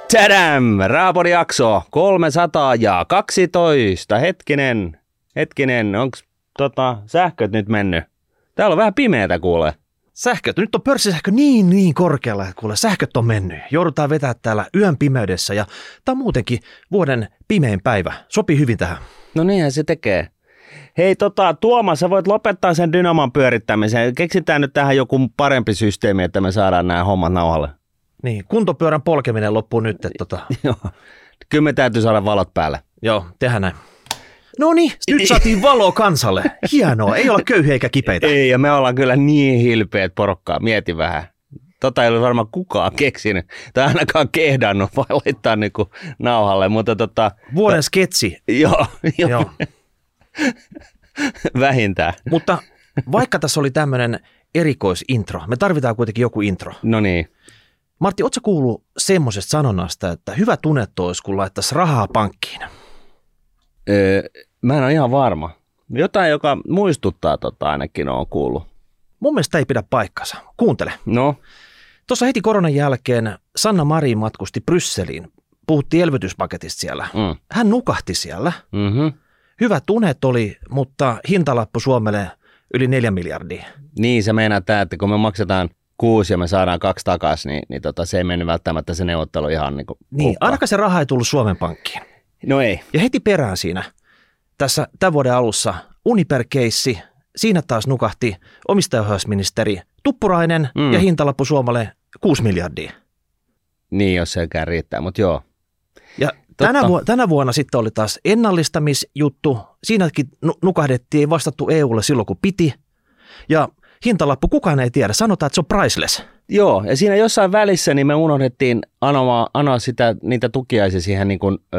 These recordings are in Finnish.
Tadam! Raapori jakso 312. Hetkinen, onks sähköt nyt mennyt? Täällä on vähän pimeätä kuule. Sähköt, nyt on pörssisähkö niin korkealla, että kuule sähköt on mennyt. Joudutaan vetää täällä yön pimeydessä ja tää on muutenkin vuoden pimein päivä. Sopii hyvin tähän. No niinhän se tekee. Hei Tuomas, sä voit lopettaa sen dynaman pyörittämisen. Keksitään nyt tähän joku parempi systeemi, että me saadaan nämä hommat nauhalle. Niin, kuntopyörän polkeminen loppuu nyt. Joo, kyllä me täytyy saada valot päälle. Joo, tehdään näin. No niin, nyt saatiin valoa kansalle. Hienoa, ei olla köyhiä eikä kipeitä. Ei, ja me ollaan kyllä niin hilpeät porukkaa. Mieti vähän. Ei ole varmaan kukaan keksinyt, tai ainakaan kehdannut, vai laittaa niinku nauhalle, mutta Vuoden sketsi. Joo. Vähintään. Mutta vaikka tässä oli tämmöinen erikoisintro, me tarvitaan kuitenkin joku intro. No niin. Martti, ootko kuullut semmoisesta sanonnasta, että hyvä tunnettu olisi, kun laittaisi rahaa pankkiin? Mä en ole ihan varma. Jotain, joka muistuttaa ainakin on kuullut. Mun mielestä ei pidä paikkansa. Kuuntele. No? Tuossa heti koronan jälkeen Sanna Marin matkusti Brysseliin. Puhuttiin elvytyspaketista siellä. Hän nukahti siellä. Mm-hmm. Hyvä tunnet oli, mutta hintalappu Suomelle yli 4 miljardia. Niin, se meinaa tämä, että kun me maksetaan 6 ja me saadaan 2 takaisin, niin se ei mennyt välttämättä se neuvottelu ihan niin ainakaan se raha ei tullut Suomen pankkiin. No ei. Ja heti perään siinä, tässä tämän vuoden alussa, Uniper-keissi, siinä taas nukahti omistajaohjausministeri Tuppurainen ja hintalappu Suomelle 6 miljardia. Niin, jos sekään riittää, mutta joo. Ja tänä vuonna sitten oli taas ennallistamisjuttu. Siinäkin nukahdettiin, ei vastattu EUlle silloin kun piti. Ja hintalappu kukaan ei tiedä. Sanotaan, että se on priceless. Joo, ja siinä jossain välissä niin me unohdettiin anoa niitä tukiaisia siihen niin kuin,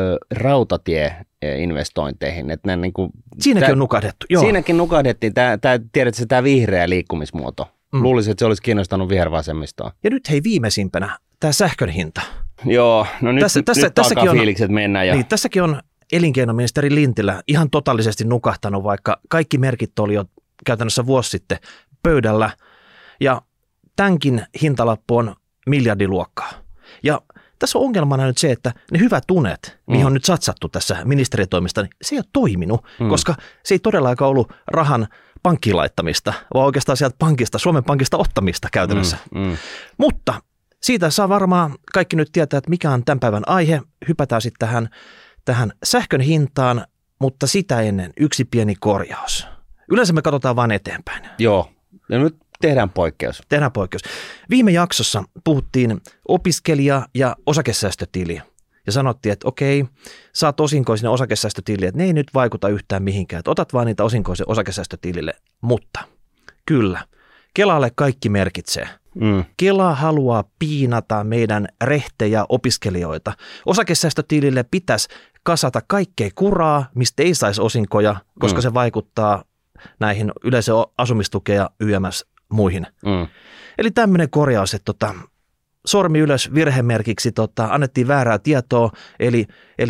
rautatieinvestointeihin. Että niin kuin, siinäkin on nukahdettu. Joo. Siinäkin nukahdettiin. Tiedätkö, tämä vihreä liikkumismuoto. Luulisin, että se olisi kiinnostanut vihervasemmistoa. Ja nyt hei viimeisimpänä, tämä sähkön hinta. Joo, no nyt alkaa fiilikset mennä. Ja... Niin, tässäkin on elinkeinoministeri Lintilä ihan totaalisesti nukahtanut, vaikka kaikki merkit oli jo käytännössä vuosi sitten pöydällä. Ja tämänkin hintalappu on miljardiluokkaa. Ja tässä on ongelmana nyt se, että ne hyvät tunet, mihin on nyt satsattu tässä ministeritoimista, niin se ei ole toiminut, koska se ei todellakaan ollut rahan pankkiin laittamista, vaan oikeastaan sieltä pankista, Suomen pankista ottamista käytännössä. Mutta siitä saa varmaan kaikki nyt tietää, että mikä on tämän päivän aihe. Hypätään sitten tähän sähkön hintaan, mutta sitä ennen yksi pieni korjaus. Yleensä me katsotaan vain eteenpäin. Joo, ja nyt tehdään poikkeus. Viime jaksossa puhuttiin opiskelija- ja osakesäästötili. Ja sanottiin, että okei, saat osinkoja sinne osakesäästötilille, että ne ei nyt vaikuta yhtään mihinkään. Että otat vaan niitä osinkoja osakesäästötilille. Mutta kyllä, Kelalle kaikki merkitsee. Kela haluaa piinata meidän rehtejä opiskelijoita. Osakesäästötilille pitäisi kasata kaikkea kuraa, mistä ei saisi osinkoja, koska se vaikuttaa näihin yleisön asumistukea ja YMS muihin. Eli tämmöinen korjaus, että sormi ylös virhemerkiksi annettiin väärää tietoa, eli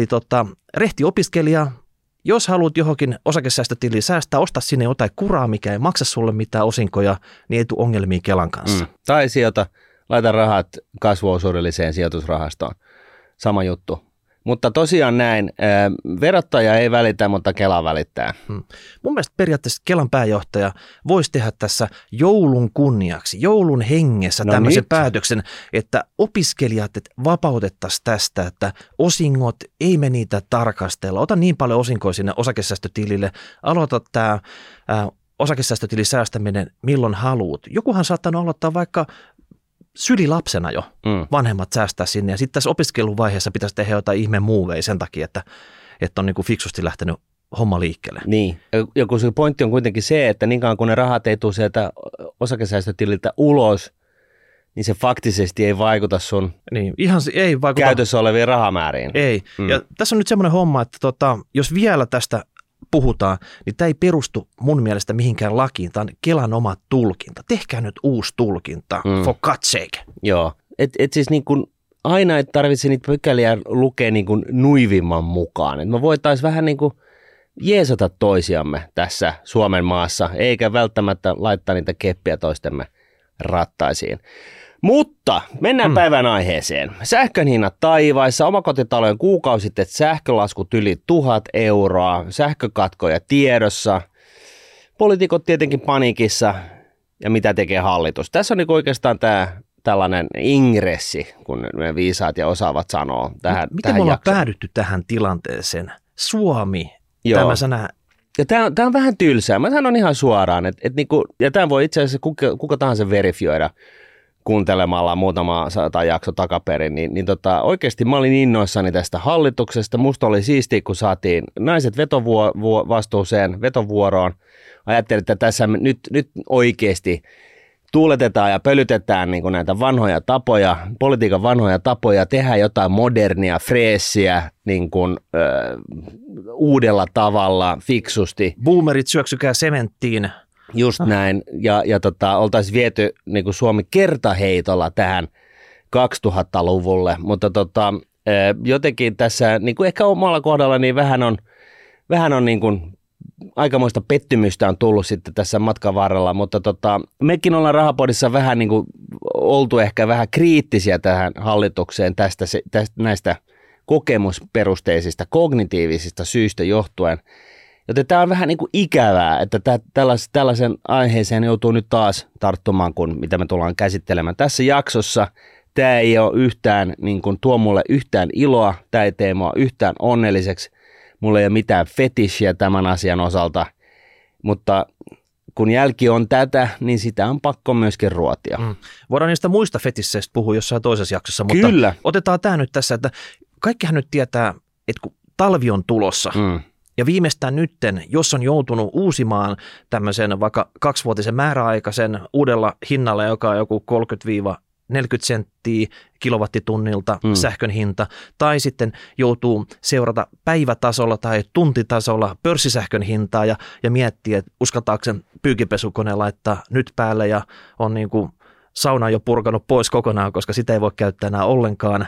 rehti opiskelija, jos haluat johonkin osakesäästötiliin säästää, osta sinne jotain kuraa, mikä ei maksa sulle mitään osinkoja, niin ei tule ongelmia Kelan kanssa. Tai laita rahat kasvuosuudelliseen sijoitusrahastoon. Sama juttu. Mutta tosiaan näin, verottaja ei välitä, mutta Kela välittää. Mun mielestä periaatteessa Kelan pääjohtaja voisi tehdä tässä joulun kunniaksi, joulun hengessä tämmöisen päätöksen, että opiskelijat vapautettaisiin tästä, että osingot, ei me niitä tarkastella. Ota niin paljon osinkoja sinne osakesäästötilille, aloita tämä osakesäästötilin säästäminen milloin haluat. Jokuhan saattanut aloittaa vaikka sylilapsena jo vanhemmat säästää sinne ja sitten tässä opiskeluvaiheessa pitäisi tehdä jotain ihme muuvei sen takia, että on niin kuin fiksusti lähtenyt homma liikkeelle. Niin, ja kun se pointti on kuitenkin se, että niin kauan kun ne rahat ei tule sieltä osakesäästötililtä ulos, niin se faktisesti ei vaikuta sun ei vaikuta käytössä oleviin rahamääriin. Ei, ja tässä on nyt semmoinen homma, että jos vielä tästä puhutaan, niin tämä ei perustu mun mielestä mihinkään lakiin. Tämä on Kelan oma tulkinta. Tehkää nyt uusi tulkinta, for God's sake. Joo, et siis niin kuin aina ei tarvitse niitä pykäliä lukea niin kuin nuivimman mukaan. Et me voitaisiin vähän niin kuin jeesata toisiamme tässä Suomen maassa, eikä välttämättä laittaa niitä keppiä toistemme rattaisiin. Mutta mennään päivän aiheeseen. Sähkön hinnat taivaissa, omakotitalojen kuukausittaiset sähkölaskut yli 1,000 €, sähkökatkoja tiedossa, poliitikot tietenkin paniikissa ja mitä tekee hallitus. Tässä on niin oikeastaan tämä tällainen ingressi, kun me viisaat ja osaavat sanoa tähän. Miten me ollaan päädytty tähän tilanteeseen? Suomi, tämä sana. Ja tämä on vähän tylsää. Mä sanon ihan suoraan, että niinku, ja tämä voi itse asiassa kuka tahansa verifioida kuuntelemalla muutama 100 jakso takaperin, niin oikeasti mä olin innoissani tästä hallituksesta. Musta oli siistiä, kun saatiin naiset vetovuoroon. Ajattelin, että tässä nyt oikeasti tuuletetaan ja pölytetään niin kuin näitä vanhoja tapoja, politiikan vanhoja tapoja, tehdään jotain modernia, freessiä, niin kuin, uudella tavalla, fiksusti. Boomerit syöksykää sementtiin. Just näin, ja oltaisiin viety niin kuin Suomi kertaheitolla tähän 2000-luvulle, mutta jotenkin tässä, niin kuin ehkä omalla kohdalla, niin vähän on niin kuin aikamoista pettymystä on tullut sitten tässä matkan varrella, mutta mekin ollaan Rahapodissa vähän niin kuin oltu ehkä vähän kriittisiä tähän hallitukseen näistä kokemusperusteisista, kognitiivisista syistä johtuen. Joten tämä on vähän niin kuin ikävää, että tällaisen aiheeseen joutuu nyt taas tarttumaan, mitä me tullaan käsittelemään tässä jaksossa. Tämä ei ole yhtään, niin kuin, tuo mulle yhtään iloa, tämä ei tee mua yhtään onnelliseksi. Mulla ei ole mitään fetishiä tämän asian osalta, mutta kun jälki on tätä, niin sitä on pakko myöskin ruotia. Voidaan niistä muista fetisseistä puhua jossain toisessa jaksossa, mutta Kyllä. Otetaan tämä nyt tässä, että kaikkihan nyt tietää, että kun talvi on tulossa, ja viimeistään nytten, jos on joutunut uusimaan tämmöisen vaikka 2-vuotisen määräaikaisen uudella hinnalla, joka on joku 30-40 senttiä kilowattitunnilta sähkön hinta, tai sitten joutuu seurata päivätasolla tai tuntitasolla pörssisähkön hintaa ja miettiä, että uskaltaako sen pyykipesukone laittaa nyt päälle ja on niin kuin sauna jo purkanut pois kokonaan, koska sitä ei voi käyttää enää ollenkaan,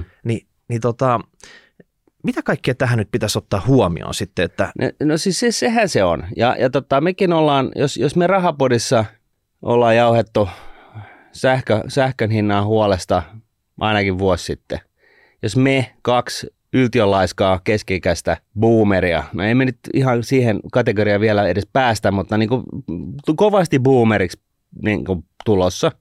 mitä kaikkea tähän nyt pitäisi ottaa huomioon sitten? Että No siis sehän se on. Ja mekin ollaan, jos me Rahapodissa ollaan jauhettu sähkön hinnan huolesta ainakin vuosi sitten. Jos me 2 yltiölaiskaa keski-ikäistä boomeria, no ei me nyt ihan siihen kategoriaan vielä edes päästä, mutta niin kuin kovasti boomeriksi niin kuin tulossa,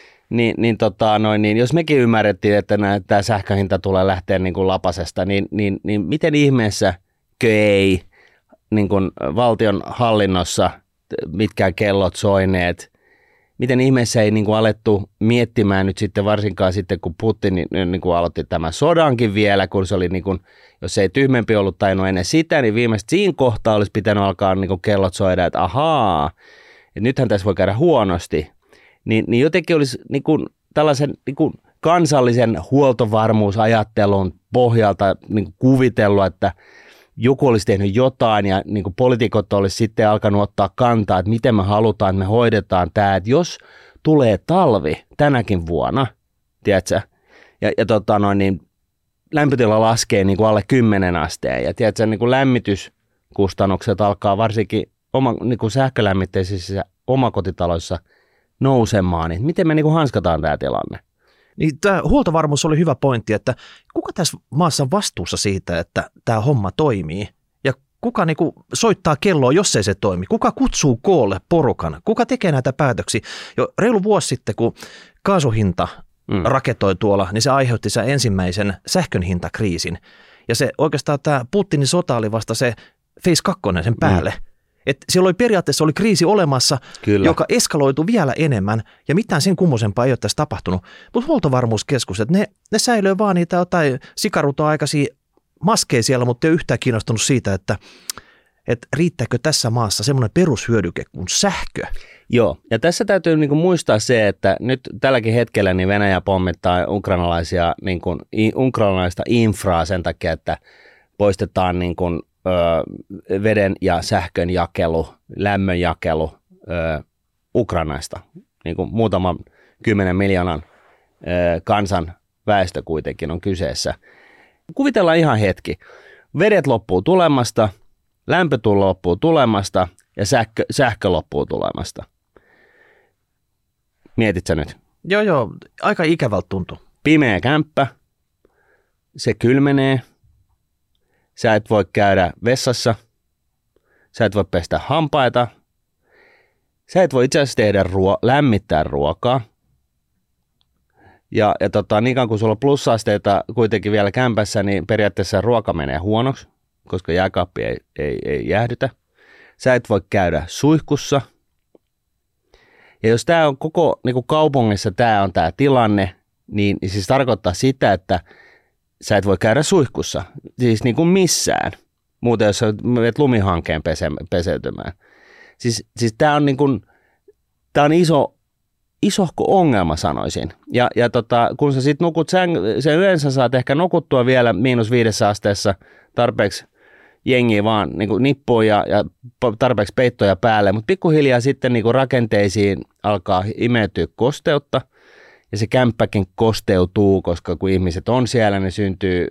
niin jos mekin ymmärrettiin, että tämä sähköhinta tulee lähteä niin kuin lapasesta, niin miten ihmeessä ei niin kuin valtion hallinnossa mitkään kellot soineet, miten ihmeessä ei niin kuin alettu miettimään nyt sitten varsinkaan sitten, kun Putin niin kuin aloitti tämän sodankin vielä, kun se oli niin kuin, jos ei tyhmempi ollut tainnut ennen sitä, niin viimeistä siinä kohtaa olisi pitänyt alkaa niin kuin kellot soida, että ahaa, että nythän tässä voi käydä huonosti. Niin jotenkin olisi niin kuin tällaisen niin kuin kansallisen huoltovarmuusajattelun pohjalta niin kuin kuvitellut, että joku olisi tehnyt jotain ja niin kuin poliitikot olisi sitten alkanut ottaa kantaa, että miten me halutaan, että me hoidetaan tämä, että jos tulee talvi tänäkin vuonna, tiedätkö, ja niin lämpötila laskee niin kuin alle 10 asteen ja tiedätkö, niin kuin lämmityskustannukset alkaa varsinkin niin kuin sähkölämmitteisissä omakotitaloissa nousemaan, niin miten me niin kuin hanskataan tämä tilanne? Niin tämä huoltovarmuus oli hyvä pointti, että kuka tässä maassa on vastuussa siitä, että tämä homma toimii ja kuka niin kuin soittaa kelloa, jos ei se toimi, kuka kutsuu koolle porukan, kuka tekee näitä päätöksiä. Jo reilu vuosi sitten, kun kaasuhinta raketoi tuolla, niin se aiheutti sen ensimmäisen sähkön hintakriisin ja se oikeastaan tämä Putinin sota oli vasta se phase 2 sen päälle. Että siellä oli periaatteessa kriisi olemassa, Kyllä. joka eskaloitui vielä enemmän ja mitään sen kummosempaa ei ole tässä tapahtunut. Mutta huoltovarmuuskeskus, että ne säilöö vaan niitä jotain sikarutoaikaisia maskeja siellä, mutta ei ole yhtään kiinnostunut siitä, että riittääkö tässä maassa semmoinen perushyödyke kuin sähkö. Joo, ja tässä täytyy niin kuin muistaa se, että nyt tälläkin hetkellä niin Venäjä pommittaa ukrainalaista infraa sen takia, että poistetaan niin kuin veden ja sähkön jakelu, lämmön jakelu Ukrainasta, niin kuin muutaman 10 miljoonan kansan väestö kuitenkin on kyseessä. Kuvitellaan ihan hetki. Vedet loppuu tulemasta, lämpö loppuu tulemasta ja sähkö loppuu tulemasta. Mietit sä nyt? Joo, aika ikävältä tuntuu. Pimeä kämppä, se kylmenee, sä et voi käydä vessassa, sä et voi pestä hampaita, sä et voi itse asiassa tehdä lämmittää ruokaa. Ja niin kauan kun sulla on plussa-asteita kuitenkin vielä kämpässä, niin periaatteessa ruoka menee huonoksi, koska jääkaappi ei jäähdytä. Sä et voi käydä suihkussa. Ja jos tämä on koko niin kuin kaupungissa tämä on tämä tilanne, niin siis tarkoittaa sitä, että sä et voi käydä suihkussa. Siis niin kuin missään. Muuten jos sä menet lumihankeen peseytymään. Siis tämä on, niin kuin, tää on isohko ongelma sanoisin. Ja kun sä sit nukut sen yleensä saat ehkä nukuttua vielä -5 asteessa tarpeeksi jengiä vaan niin kuin nippuun ja tarpeeksi peittoja päälle, mutta pikkuhiljaa sitten niin kuin rakenteisiin alkaa imeytyä kosteutta ja se kämppäkin kosteutuu, koska kun ihmiset on siellä, niin syntyy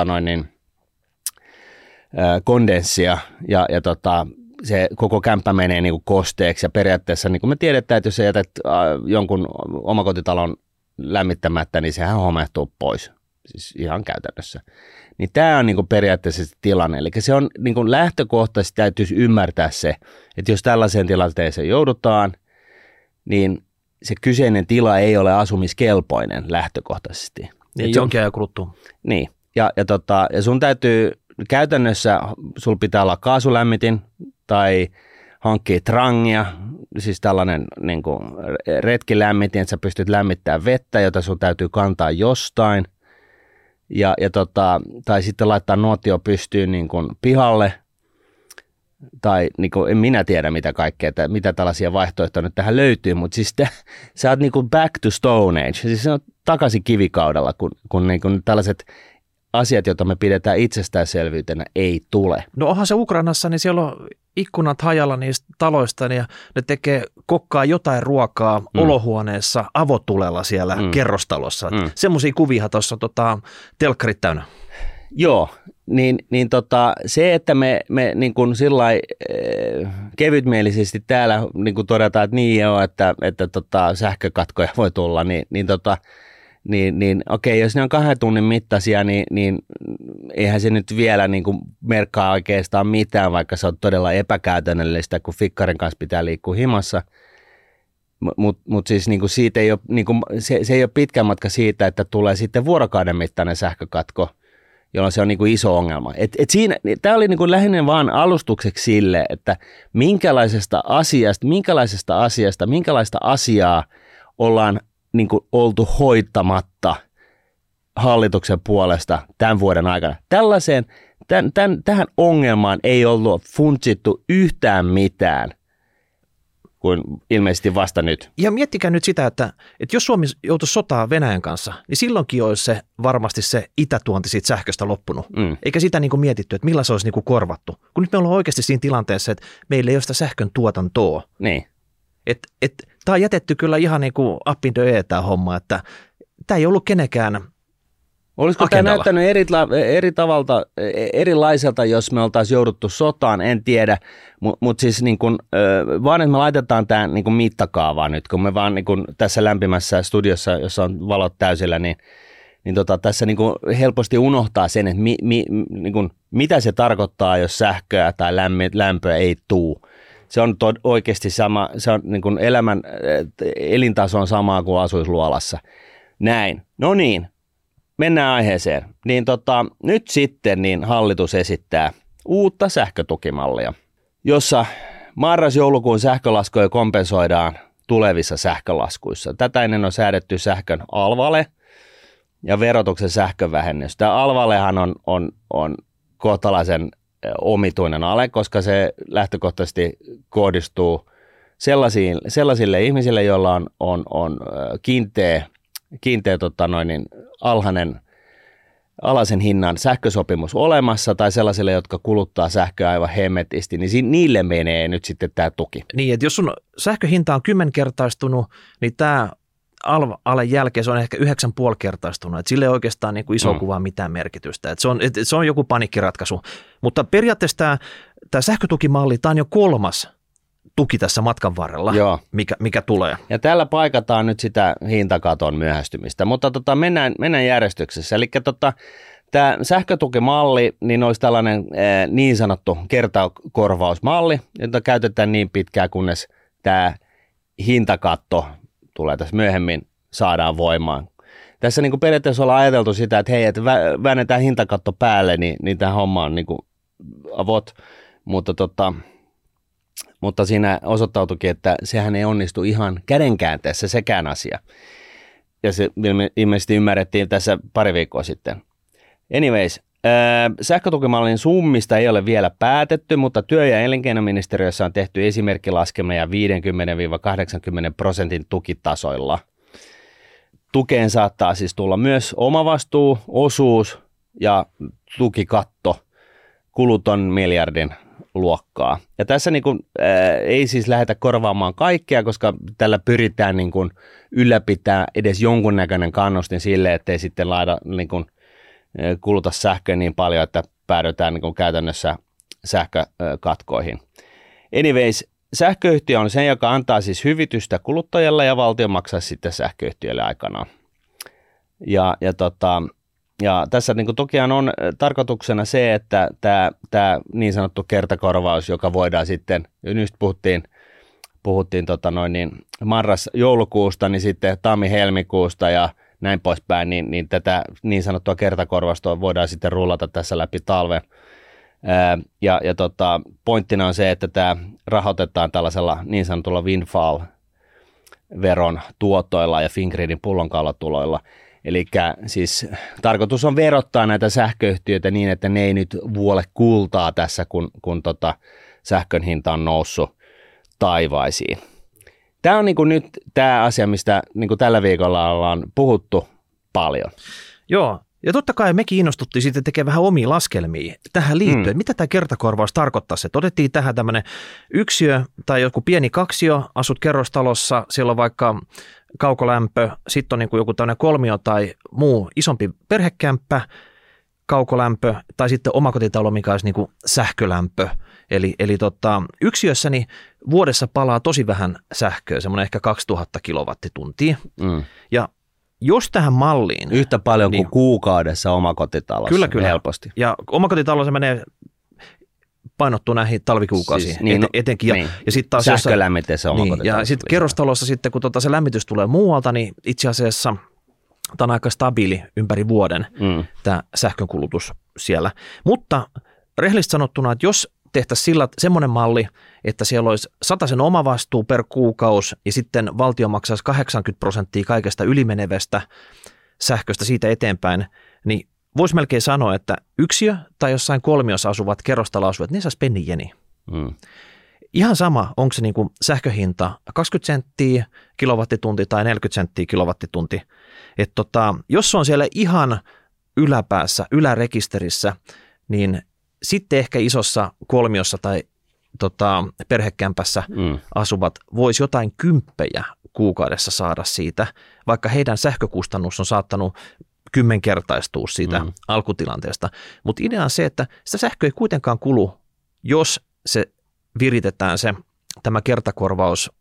kondenssia ja se koko kämppä menee niin kuin kosteeksi ja periaatteessa niin kuin me tiedetään, että jos sä jätät jonkun omakotitalon lämmittämättä, niin sehän homehtuu pois, siis ihan käytännössä. Niin tämä on niin kuin periaatteessa se tilanne, eli se on niin kuin lähtökohtaisesti täytyisi ymmärtää se, että jos tällaiseen tilanteeseen joudutaan, niin se kyseinen tila ei ole asumiskelpoinen lähtökohtaisesti. Niin, jonkin ajan kuluttua. Niin, ja sun täytyy käytännössä, sulla pitää olla kaasulämmitin tai hankkia trangia, siis tällainen niin kuin retkilämmitin, että sä pystyt lämmittämään vettä, jota sun täytyy kantaa jostain. Tai sitten laittaa nuotio pystyyn niin kuin pihalle, tai niin kuin, en minä tiedä mitä kaikkea, mitä tällaisia vaihtoehtoja nyt tähän löytyy, mutta siis sä oot niin kuin back to Stone Age, siis se on takaisin kivikaudella, kun niin kuin tällaiset asiat, joita me pidetään itsestäänselvyytenä, ei tule. No onhan se Ukrainassa, niin siellä on ikkunat hajalla niistä taloista ja ne kokkaa jotain ruokaa olohuoneessa avotulella siellä kerrostalossa. Semmoisia kuvia tuossa telkkarit täynnä. Joo, niin se, että me niin kuin sillai kevytmielisesti täällä niin kuin todetaan, että niin joo, että sähkökatkoja voi tulla, niin okei, jos ne on 2 tunnin mittaisia, niin eihän se nyt vielä niin kuin merkkaa oikeastaan mitään, vaikka se on todella epäkäytännöllistä, kun fikkarin kanssa pitää liikkua himassa. Mutta siis niin kuin siitä ei ole, niin kuin, se ei ole pitkä matka siitä, että tulee sitten vuorokauden mittainen sähkökatko, jolloin se on niin kuin iso ongelma. Tämä oli niin kuin lähinnä vaan alustukseksi sille, että minkälaista asiaa ollaan niin kuin oltu hoitamatta hallituksen puolesta tämän vuoden aikana. Tähän ongelmaan ei ollut funtsittu yhtään mitään, kuin ilmeisesti vasta nyt. Ja miettikää nyt sitä, että jos Suomi joutuisi sotaan Venäjän kanssa, niin silloinkin olisi se varmasti se itätuonti siitä sähköstä loppunut. Eikä sitä niin kuin mietitty, että millä se olisi niin kuin korvattu. Kun nyt me ollaan oikeasti siinä tilanteessa, että meillä ei ole sitä sähkön tuotantoa. Niin. Tämä on jätetty kyllä ihan niin kuin up in the air tämä homma, että tämä ei ollut kenenkään olisiko agendalla. Tämä näyttänyt erilaiselta, jos me oltaisiin jouduttu sotaan, en tiedä, mutta siis niin kun, vaan että me laitetaan tämä niin kun mittakaavaa nyt, kun me vaan niin kun tässä lämpimässä studiossa, jossa on valot täysillä, niin tässä niin kun helposti unohtaa sen, että niin kun, mitä se tarkoittaa, jos sähköä tai lämpöä ei tuu. Se on oikeasti sama, se on niin kun elintaso on samaa kuin asuisi luolassa. Näin. No niin. Mennään aiheeseen. Nyt sitten niin hallitus esittää uutta sähkötukimallia, jossa marras-joulukuun sähkölaskuja kompensoidaan tulevissa sähkölaskuissa. Tätä ennen on säädetty sähkön alvale ja verotuksen sähkövähennys. Tämä alvalehan on kohtalaisen omituinen ale, koska se lähtökohtaisesti kohdistuu sellaisille ihmisille, joilla on kiinteä alhaisen hinnan sähkösopimus olemassa tai sellaisille, jotka kuluttaa sähköä aivan hemmetisti, niin niille menee nyt sitten tämä tuki. Niin, että jos sun sähköhinta on 10-kertaistunut, niin tämä alen jälkeen se on ehkä 9,5-kertaistunut, että sille ei oikeastaan niin kuin iso kuvaa mitään merkitystä. Että se on joku paniikkiratkaisu, mutta periaatteessa tämä sähkötukimalli, tämä on jo 3. tuki tässä matkan varrella, mikä tulee. Ja tällä paikataan nyt sitä hintakaton myöhästymistä, mutta mennään järjestyksessä. Eli tämä sähkötukimalli niin olisi tällainen niin sanottu kertakorvausmalli, jota käytetään niin pitkään, kunnes tämä hintakatto tulee tässä myöhemmin saadaan voimaan. Tässä niin kuin periaatteessa ollaan ajateltu sitä, että hei, että väännetään hintakatto päälle, niin tämä homma on niin kuin avot, mutta siinä osoittautuikin, että sehän ei onnistu ihan kädenkäänteessä sekään asia. Ja se ilmeisesti ymmärrettiin tässä pari viikkoa sitten. Anyways, sähkötukimallin summista ei ole vielä päätetty, mutta työ- ja elinkeinoministeriössä on tehty esimerkkilaskelmia 50-80% tukitasoilla. Tukeen saattaa siis tulla myös omavastuu, osuus ja tukikatto, kuluton miljardin luokkaa. Ja tässä niin kuin, ei siis lähdetä korvaamaan kaikkea, koska tällä pyritään niin kuin ylläpitää edes jonkunnäköinen kannustin sille, ettei sitten laida niin kuin kuluta sähköä niin paljon, että päädytään niin kuin käytännössä sähkökatkoihin. Anyways, sähköyhtiö on se, joka antaa siis hyvitystä kuluttajalle ja valtio maksaa sitten sähköyhtiölle aikanaan. Ja tässä niin kuin tokiaan on tarkoituksena se, että tämä niin sanottu kertakorvaus, joka voidaan sitten, nyt puhuttiin marras-joulukuusta, niin sitten tammi-helmikuusta ja näin poispäin, niin tätä niin sanottua kertakorvausta voidaan sitten rullata tässä läpi talven. Pointtina on se, että tämä rahoitetaan tällaisella niin sanotulla windfall-veron tuotoilla ja Fingridin pullonkaulotuloilla. Eli siis tarkoitus on verottaa näitä sähköyhtiöitä niin, että ne ei nyt vuole kultaa tässä, kun sähkön hinta on noussut taivaisiin. Tämä on niin kuin nyt tämä asia, mistä niin kuin tällä viikolla ollaan puhuttu paljon. Joo, ja totta kai me kiinnostuttiin sitten tekemään vähän omia laskelmia tähän liittyen. Mitä tämä kertakorvaus tarkoittaisi? Että otettiin tähän tämmöinen yksiö tai joku pieni kaksio, asut kerrostalossa, siellä on vaikka kaukolämpö, sitten on niin kuin joku tämmöinen kolmio tai muu isompi perhekämppä, kaukolämpö tai sitten omakotitalo, mikä olisi niin kuin sähkölämpö. Eli yksiössäni vuodessa palaa tosi vähän sähköä, semmoinen ehkä 2000 kilowattituntia. Ja jos tähän malliin... Yhtä paljon kuin kuukaudessa omakotitalossa. Kyllä. Helposti. Ja omakotitalo se menee painottuu näihin talvikuukausiin etenkin. Niin. Ja sit taas sähkölämmitteessä omakotitalossa. Ja sitten kerrostalossa sitten, kun se lämmitys tulee muualta, niin itse asiassa tämä on aika stabiili ympäri vuoden tämä sähkönkulutus siellä. Mutta rehellisesti sanottuna, että jos tehtäisiin semmoinen malli, että siellä olisi 100 omavastuu per kuukausi ja sitten valtio maksaisi 80% kaikesta ylimenevästä sähköstä siitä eteenpäin, niin voisi melkein sanoa, että yksiö tai jossain kolmiossa asuvat kerrostaloasujat, ne saisi penni jeni. Ihan sama, onko se niin kuin sähköhinta 20 senttiä kilowattitunti tai 40 senttiä kilowattitunti. Että jos se on siellä ihan yläpäässä, ylärekisterissä, niin sitten ehkä isossa kolmiossa tai perhekämpässä asuvat vois jotain kymppejä kuukaudessa saada siitä, vaikka heidän sähkökustannus on saattanut 10-kertaistua siitä alkutilanteesta. Mutta idea on se, että sitä sähköä ei kuitenkaan kulu, jos se viritetään tämä kertakorvaus,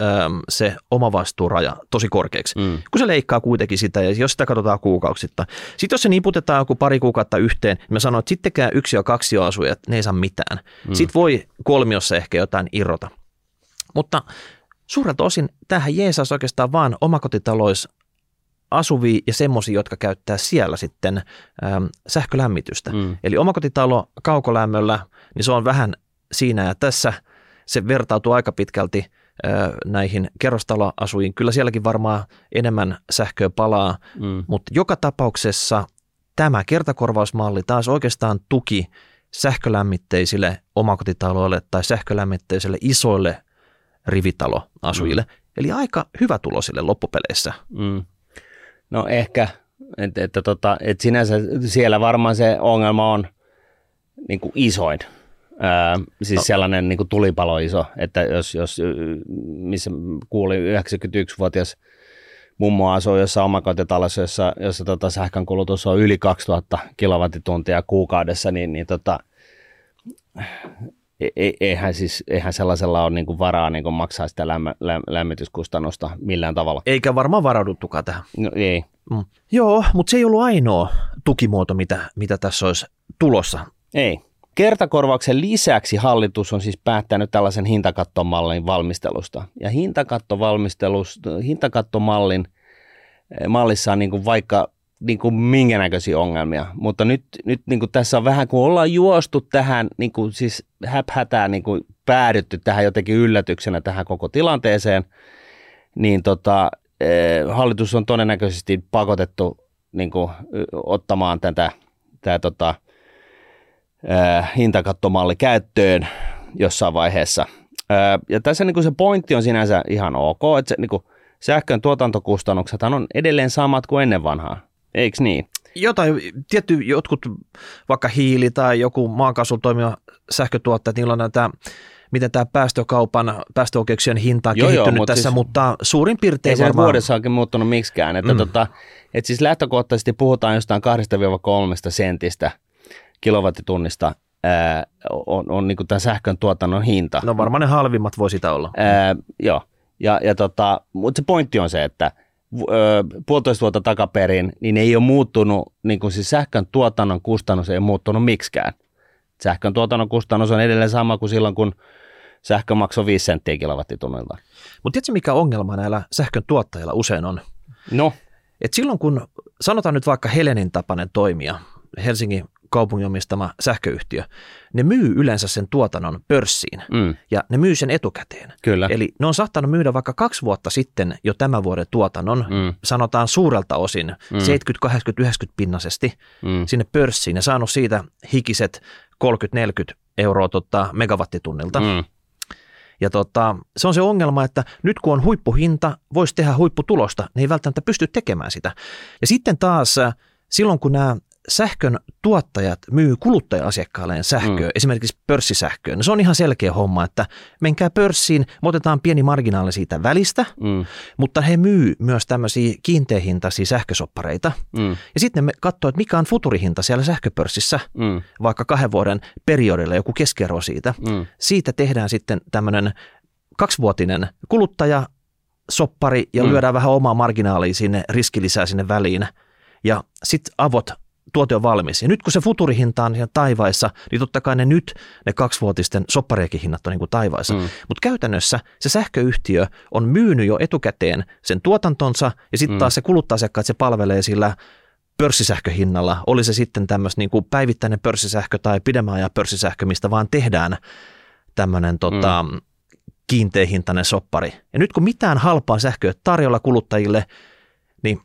se omavastuuraja tosi korkeaksi, kun se leikkaa kuitenkin sitä, ja jos sitä katsotaan kuukausittain. Sitten jos se niputetaan joku pari kuukautta yhteen, niin mä sanon, että sittenkään yksi- ja kaksi-asujat, ne ei saa mitään. Sitten voi kolmiossa ehkä jotain irrota. Mutta suurelta osin tämähän jeesas oikeastaan vaan omakotitaloissa asuvia ja semmoisia, jotka käyttää siellä sitten sähkölämmitystä. Eli omakotitalo kaukolämmöllä, niin se on vähän siinä ja tässä se vertautuu aika pitkälti näihin kerrostaloasujiin. Kyllä sielläkin varmaan enemmän sähköä palaa, mutta joka tapauksessa tämä kertakorvausmalli taas oikeastaan tuki sähkölämmitteisille omakotitaloille tai sähkölämmitteisille isoille rivitaloasujille. Eli aika hyvätuloisille loppupeleissä. No ehkä, että sinänsä siellä varmaan se ongelma on niin kuin isoin. Siis sellainen niin kuin tulipalo iso, että jos missä kuulin 91-vuotias mummo asuu jossain omakotitalossa, jossa sähkön kulutus on yli 2000 kilowattituntia kuukaudessa, niin eihän sellaisella ole niin kuin varaa niin kuin maksaa sitä lämmityskustannusta millään tavalla. Eikä varmaan varauduttukaan tähän. No, ei. Joo, mutta se ei ollut ainoa tukimuoto, mitä tässä olisi tulossa. Ei. Kertakorvauksen lisäksi hallitus on siis päättänyt tällaisen hintakattomallin valmistelusta. Ja hintakattomallissa on niin kuin vaikka niin kuin minkä näköisiä ongelmia, mutta nyt niin kuin tässä on vähän, kun ollaan juostu tähän, niin kuin siis häphätään niin kuin päädytty tähän jotenkin yllätyksenä tähän koko tilanteeseen, niin hallitus on todennäköisesti pakotettu niin kuin ottamaan tätä hintakattomalli käyttöön jossain vaiheessa. Ja tässä niin kuin se pointti on sinänsä ihan ok, että se, niin kuin sähkön tuotantokustannuksethan on edelleen samat kuin ennen vanhaa. Eikö niin? Jotkut vaikka hiili tai joku maakaasulla toimiva sähkötuottajat, niillä on näitä, miten tämä päästöoikeuksien hinta on kehittynyt tässä, siis, mutta suurin piirtein ei varmaan. Ei se vuodessa oikein muuttunut miksikään. Että että siis lähtökohtaisesti puhutaan jostain 2-3 sentistä kilowattitunnista on niin kuin tämän sähkön tuotannon hinta. No varmaan ne halvimmat voi sitä olla. Joo, mutta se pointti on se, että 1,5 vuotta takaperin, niin ei ole muuttunut, niin kuin siis sähkön tuotannon kustannus ei ole muuttunut miksikään. Sähkön tuotannon kustannus on edelleen sama kuin silloin, kun sähkö maksoi 5 senttiä kilowattitunnilta. Mutta tiedätkö, mikä ongelma näillä sähkön tuottajilla usein on? No? Et silloin, kun sanotaan nyt vaikka Helenin tapainen toimija, Helsingin kaupungin omistama sähköyhtiö, ne myy yleensä sen tuotannon pörssiin ja ne myy sen etukäteen. Kyllä. Eli ne on saattanut myydä vaikka 2 vuotta sitten jo tämän vuoden tuotannon, sanotaan suurelta osin 70, 80, 90 pinnasesti sinne pörssiin ja saanut siitä hikiset 30-40 euroa megawattitunnilta. Ja se on se ongelma, että nyt kun on huippuhinta, voisi tehdä huipputulosta, ne ei välttämättä pysty tekemään sitä. Ja sitten taas silloin, kun nämä sähkön tuottajat myy kuluttaja-asiakkailleen sähköä, esimerkiksi pörssisähköä. No se on ihan selkeä homma, että menkää pörssiin, me otetaan pieni marginaali siitä välistä, mutta he myy myös tämmöisiä kiinteähintaisia sähkösoppareita. Ja sitten me katsoo, että mikä on futurihinta siellä sähköpörssissä, vaikka 2 vuoden periodilla joku keskiarvo siitä. Siitä tehdään sitten tämmöinen 2-vuotinen kuluttajasoppari ja lyödään vähän omaa marginaalia sinne, riskilisää sinne väliin. Ja sitten tuote on valmis. Ja nyt kun se futurihinta on siellä taivaissa, niin totta kai ne 2-vuotisten soppariakin hinnat on niin kuin taivaissa. Mutta käytännössä se sähköyhtiö on myynyt jo etukäteen sen tuotantonsa ja sitten taas se kuluttaja-asiakkaat, se palvelee sillä pörssisähköhinnalla. Oli se sitten tämmöistä niin kuin päivittäinen pörssisähkö tai pidemmän ajan pörssisähkö, mistä vaan tehdään tämmöinen kiinteähintainen soppari. Ja nyt kun mitään halpaa sähköä tarjolla kuluttajille, niin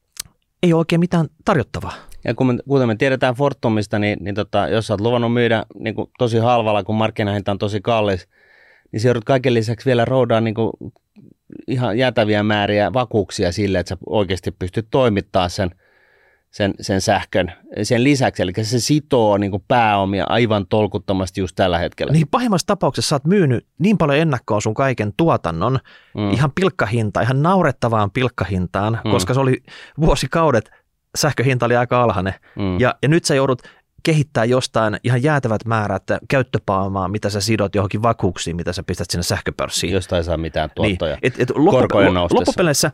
ei ole oikein mitään tarjottavaa. Ja kuten me tiedetään Fortumista, niin jos sä oot luvannut myydä niin kuin tosi halvalla, kun markkinahinta on tosi kallis, niin sä joudut kaiken lisäksi vielä roudaan niin kuin ihan jäätäviä määriä vakuuksia sille, että sä oikeasti pystyt toimittamaan sen sähkön sen lisäksi. Eli se sitoo niin kuin pääomia aivan tolkuttomasti just tällä hetkellä. Niin pahimmassa tapauksessa sä oot myynyt niin paljon ennakkoon sun kaiken tuotannon, ihan pilkkahintaan, ihan naurettavaan pilkkahintaan, koska se oli vuosikaudet, sähköhinta oli aika alhainen. Ja nyt sä joudut kehittää jostain ihan jäätävät määrät käyttöpääomaa, mitä sä sidot johonkin vakuuksiin, mitä sä pistät sinne sähköpörssiin. Jostain ei saa mitään tuottoja. Niin. Korkojen noustessa. Loppupeleissä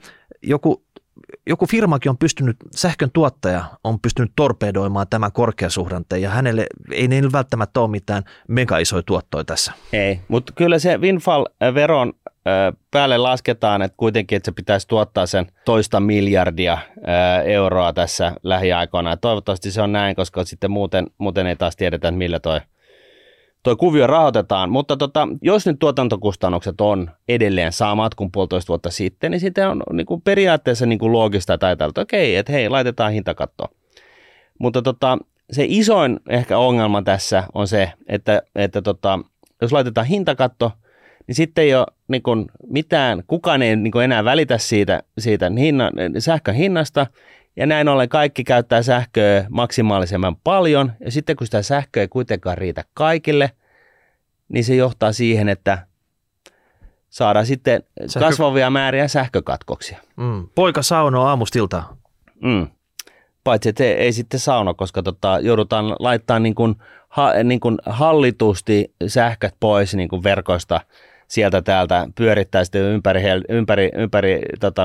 joku firmakin on pystynyt, sähkön tuottaja on pystynyt torpedoimaan tämän korkeasuhdanteen ja hänelle ei ne välttämättä ole mitään mega isoja tuottoja tässä. Ei, mutta kyllä se windfall-veron päälle lasketaan, että kuitenkin että se pitäisi tuottaa sen 2 miljardia euroa tässä lähiaikoina. Ja toivottavasti se on näin, koska sitten muuten ei taas tiedetä, että millä toi kuvio rahoitetaan, mutta jos nyt tuotantokustannukset on edelleen samat kuin 1,5 vuotta sitten, niin sitten on niin kuin periaatteessa niin kuin loogista tai tältä, okei, että hei, laitetaan hintakatto. Mutta se isoin ehkä ongelma tässä on se, että jos laitetaan hintakatto, niin sitten ei ole niin kuin mitään, kukaan ei niin kuin enää välitä siitä sähkön hinnasta, ja näin ollen kaikki käyttää sähköä maksimaalisemman paljon, ja sitten kun sitä sähköä ei kuitenkaan riitä kaikille, niin se johtaa siihen, että saadaan sitten kasvavia määriä sähkökatkoksia. Poika saunoo aamustiltaan. paitsi että ei sitten sauna, koska joudutaan laittaa niin kuin hallitusti sähköt pois niin kuin verkosta sieltä täältä, pyörittää sitten ympäri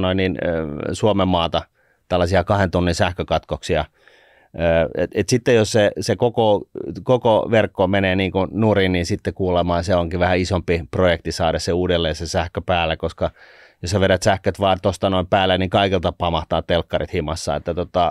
Suomen maata tällaisia 2 tunnin sähkökatkoksia. Et sitten jos se koko verkko menee niin kuin nurin, niin sitten kuulemaan se onkin vähän isompi projekti saada se uudelleen se sähkö päälle, koska jos sä vedät sähköt vaan tuosta noin päälle, niin kaikilta pamahtaa telkkarit himassa.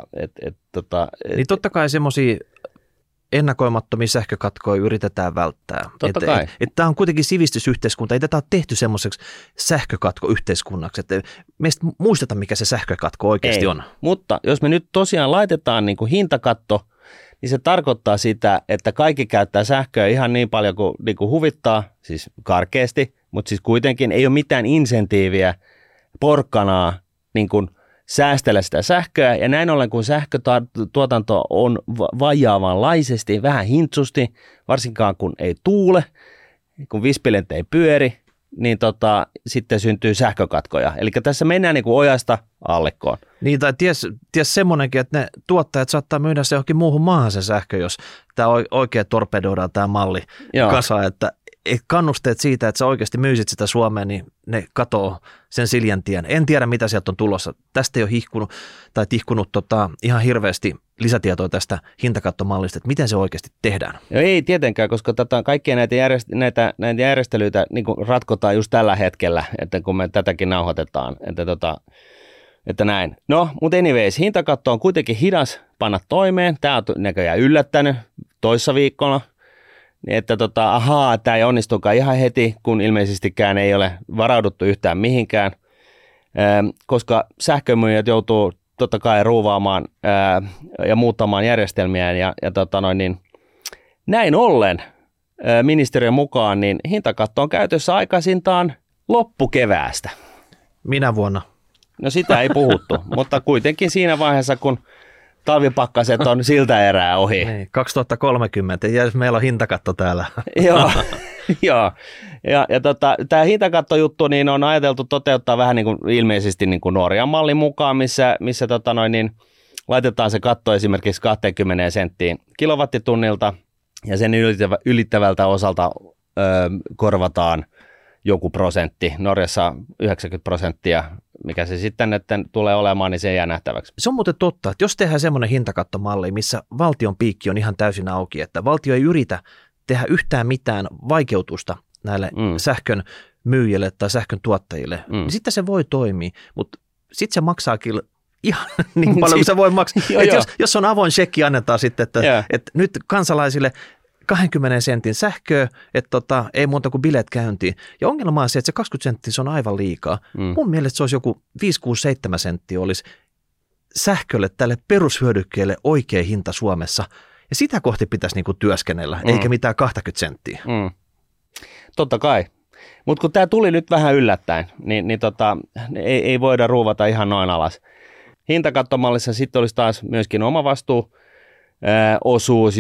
Niin totta kai semmoisia ennakoimattomia sähkökatkoja yritetään välttää. Totta kai. Tämä on kuitenkin sivistysyhteiskunta, ei tätä ole tehty semmoiseksi sähkökatkoyhteiskunnaksi. Meistä muisteta, mikä se sähkökatko oikeasti on. Mutta jos me nyt tosiaan laitetaan niin kuin hintakatto, niin se tarkoittaa sitä, että kaikki käyttää sähköä ihan niin paljon kuin, huvittaa, siis karkeasti, mutta siis kuitenkin ei ole mitään insentiiviä, porkkanaa niin kuin säästellä sitä sähköä, ja näin ollen kun sähkötuotanto on vajaavanlaisesti, vähän hintsusti, varsinkaan kun ei tuule, kun vispilent ei pyöri, niin sitten syntyy sähkökatkoja. Eli tässä mennään niin kuin ojasta allikkoon. Niin, tai ties semmoinenkin, että ne tuottajat saattaa myydä se johonkin muuhun maahan se sähkö, jos tämä oikein torpedoidaan tämä malli kasa, että kannusteet siitä, että sä oikeasti myisit sitä Suomeen, niin ne katoo sen Siljäntien. En tiedä, mitä sieltä on tulossa. Tästä ei ole tihkunut ihan hirveästi lisätietoa tästä hintakattomallista, että miten se oikeasti tehdään. No ei tietenkään, koska kaikkia näitä järjestelyitä niin kuin ratkotaan just tällä hetkellä, että kun me tätäkin nauhoitetaan. Että näin. No, mutta anyways, hintakatto on kuitenkin hidas panna toimeen. Tämä on näköjään yllättänyt toissa viikolla. Että tämä ei onnistukaan ihan heti, kun ilmeisestikään ei ole varauduttu yhtään mihinkään, koska sähkömyyjät joutuu totta kai ruuvaamaan ja muuttamaan järjestelmiään ja näin ollen ministeriön mukaan niin hintakatto on käytössä aikaisintaan loppukeväästä. Minä vuonna? No sitä ei puhuttu, mutta kuitenkin siinä vaiheessa, kun talvipakkaset on siltä erää ohi. Niin, 2030, ja meillä on hintakatto täällä. Joo. Ja tämä hintakattojuttu niin on ajateltu toteuttaa vähän niin kuin ilmeisesti niin kuin Norjan mallin mukaan, missä laitetaan se katto esimerkiksi 20 senttiin kilowattitunnilta, ja sen ylittävältä osalta korvataan joku prosentti. Norjassa 90%, mikä se sitten tulee olemaan, niin se jää nähtäväksi. Se on muuten totta, että jos tehdään semmoinen hintakattomalli, missä valtion piikki on ihan täysin auki, että valtio ei yritä tehdä yhtään mitään vaikeutusta näille sähkön myyjille tai sähkön tuottajille, niin sitten se voi toimia, mutta sitten se maksaa kyllä ihan niin paljon kuin se voi maksaa. Jos on avoin shekki, annetaan sitten, että nyt kansalaisille 20 sentin sähköä, että ei muuta kuin bileet käyntiin. Ja ongelma on se, että se 20 senttiä se on aivan liikaa. Mun mielestä se olisi joku 5, 6, 7 senttiä olisi sähkölle tälle perushyödykkeelle oikea hinta Suomessa. Ja sitä kohti pitäisi niinku työskennellä, eikä mitään 20 senttiä. Totta kai. Mutta kun tämä tuli nyt vähän yllättäen, niin ei voida ruuvata ihan noin alas. Hintakattomallissa sitten olisi taas myöskin omavastuu osuus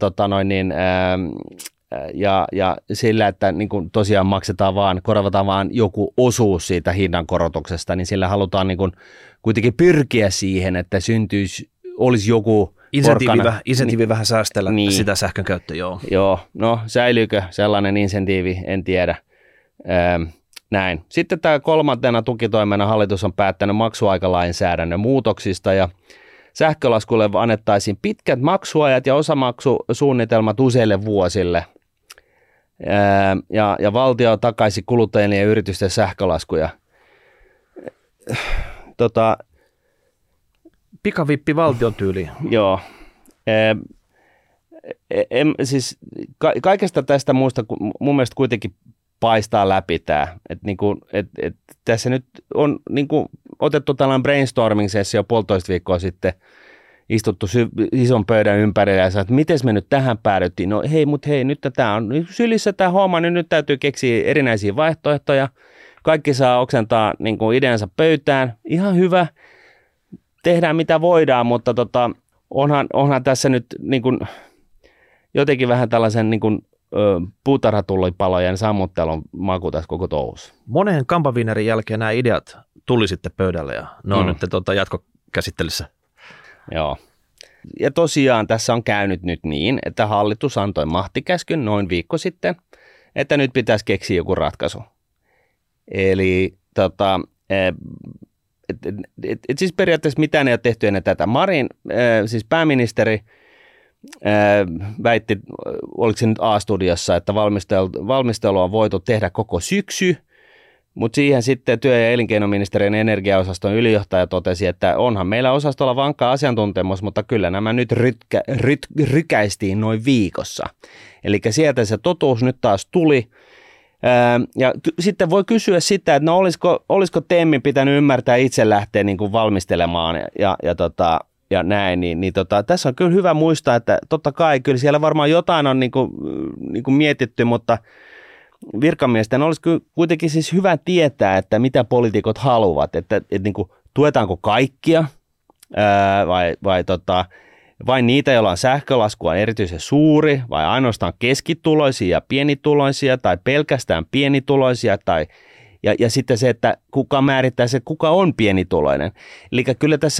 ja sillä, että niin kuin tosiaan korvataan vaan joku osuus siitä hinnankorotuksesta, niin sillä halutaan niin kuin kuitenkin pyrkiä siihen, että olisi joku insentiivi vähän säästellä sitä sähkön käyttöä, Joo, no säilyykö sellainen insentiivi, en tiedä. Näin. Sitten tämä kolmantena tukitoimena hallitus on päättänyt maksuaikalainsäädännön muutoksista ja sähkölaskulle annettaisiin pitkät maksuajat ja osamaksusuunnitelmat useille vuosille. Ja valtio takaisi kuluttajille ja yritysten sähkölaskuja. Pikavippi valtion tyyliin. Joo. Siis kaikesta tästä muusta mun mielestä kuitenkin paistaa läpi tämä. Tässä nyt on niinku otettu tällainen brainstorming-sessio 1,5 viikkoa sitten, istuttu ison pöydän ympärillä ja sanoo, että miten me nyt tähän päädyttiin. No hei, nyt tämä on sylissä tämä homma, niin nyt täytyy keksiä erinäisiä vaihtoehtoja. Kaikki saa oksentaa niin kuin ideansa pöytään. Ihan hyvä. Tehdään mitä voidaan, mutta onhan tässä nyt niin kuin, jotenkin vähän tällaisen niin kuin, puutarhatullipalojen sammuttelun maku tässä koko touhussa. Monen kampaviinerin jälkeen nämä ideat tuli sitten pöydälle ja ne on nyt jatkokäsittelyssä. Joo. Ja tosiaan tässä on käynyt nyt niin, että hallitus antoi mahtikäskyn noin viikko sitten, että nyt pitäisi keksiä joku ratkaisu. Eli siis periaatteessa mitään ei ole tehty ennen tätä. Marin, siis pääministeri, väitti, oliko se nyt A-studiossa, että valmistelu on voitu tehdä koko syksy, mutta siihen sitten työ- ja elinkeinoministeriön energiaosaston ylijohtaja totesi, että onhan meillä osastolla vankka asiantuntemus, mutta kyllä nämä nyt rykäistiin noin viikossa. Eli sieltä se totuus nyt taas tuli. Ja sitten voi kysyä sitä, että no olisiko TEMin pitänyt ymmärtää itse lähteä niin kuin valmistelemaan ja näin, tässä on kyllä hyvä muistaa, että totta kai kyllä siellä varmaan jotain on niin kuin mietitty, mutta virkamiesten olisi kuitenkin siis hyvä tietää, että mitä poliitikot haluavat, että niin kuin, tuetaanko kaikkia vai niitä, joilla on sähkölasku on erityisen suuri, vai ainoastaan keskituloisia ja pienituloisia, tai pelkästään pienituloisia, ja sitten se, että kuka määrittää se, kuka on pienituloinen. Eli kyllä tässä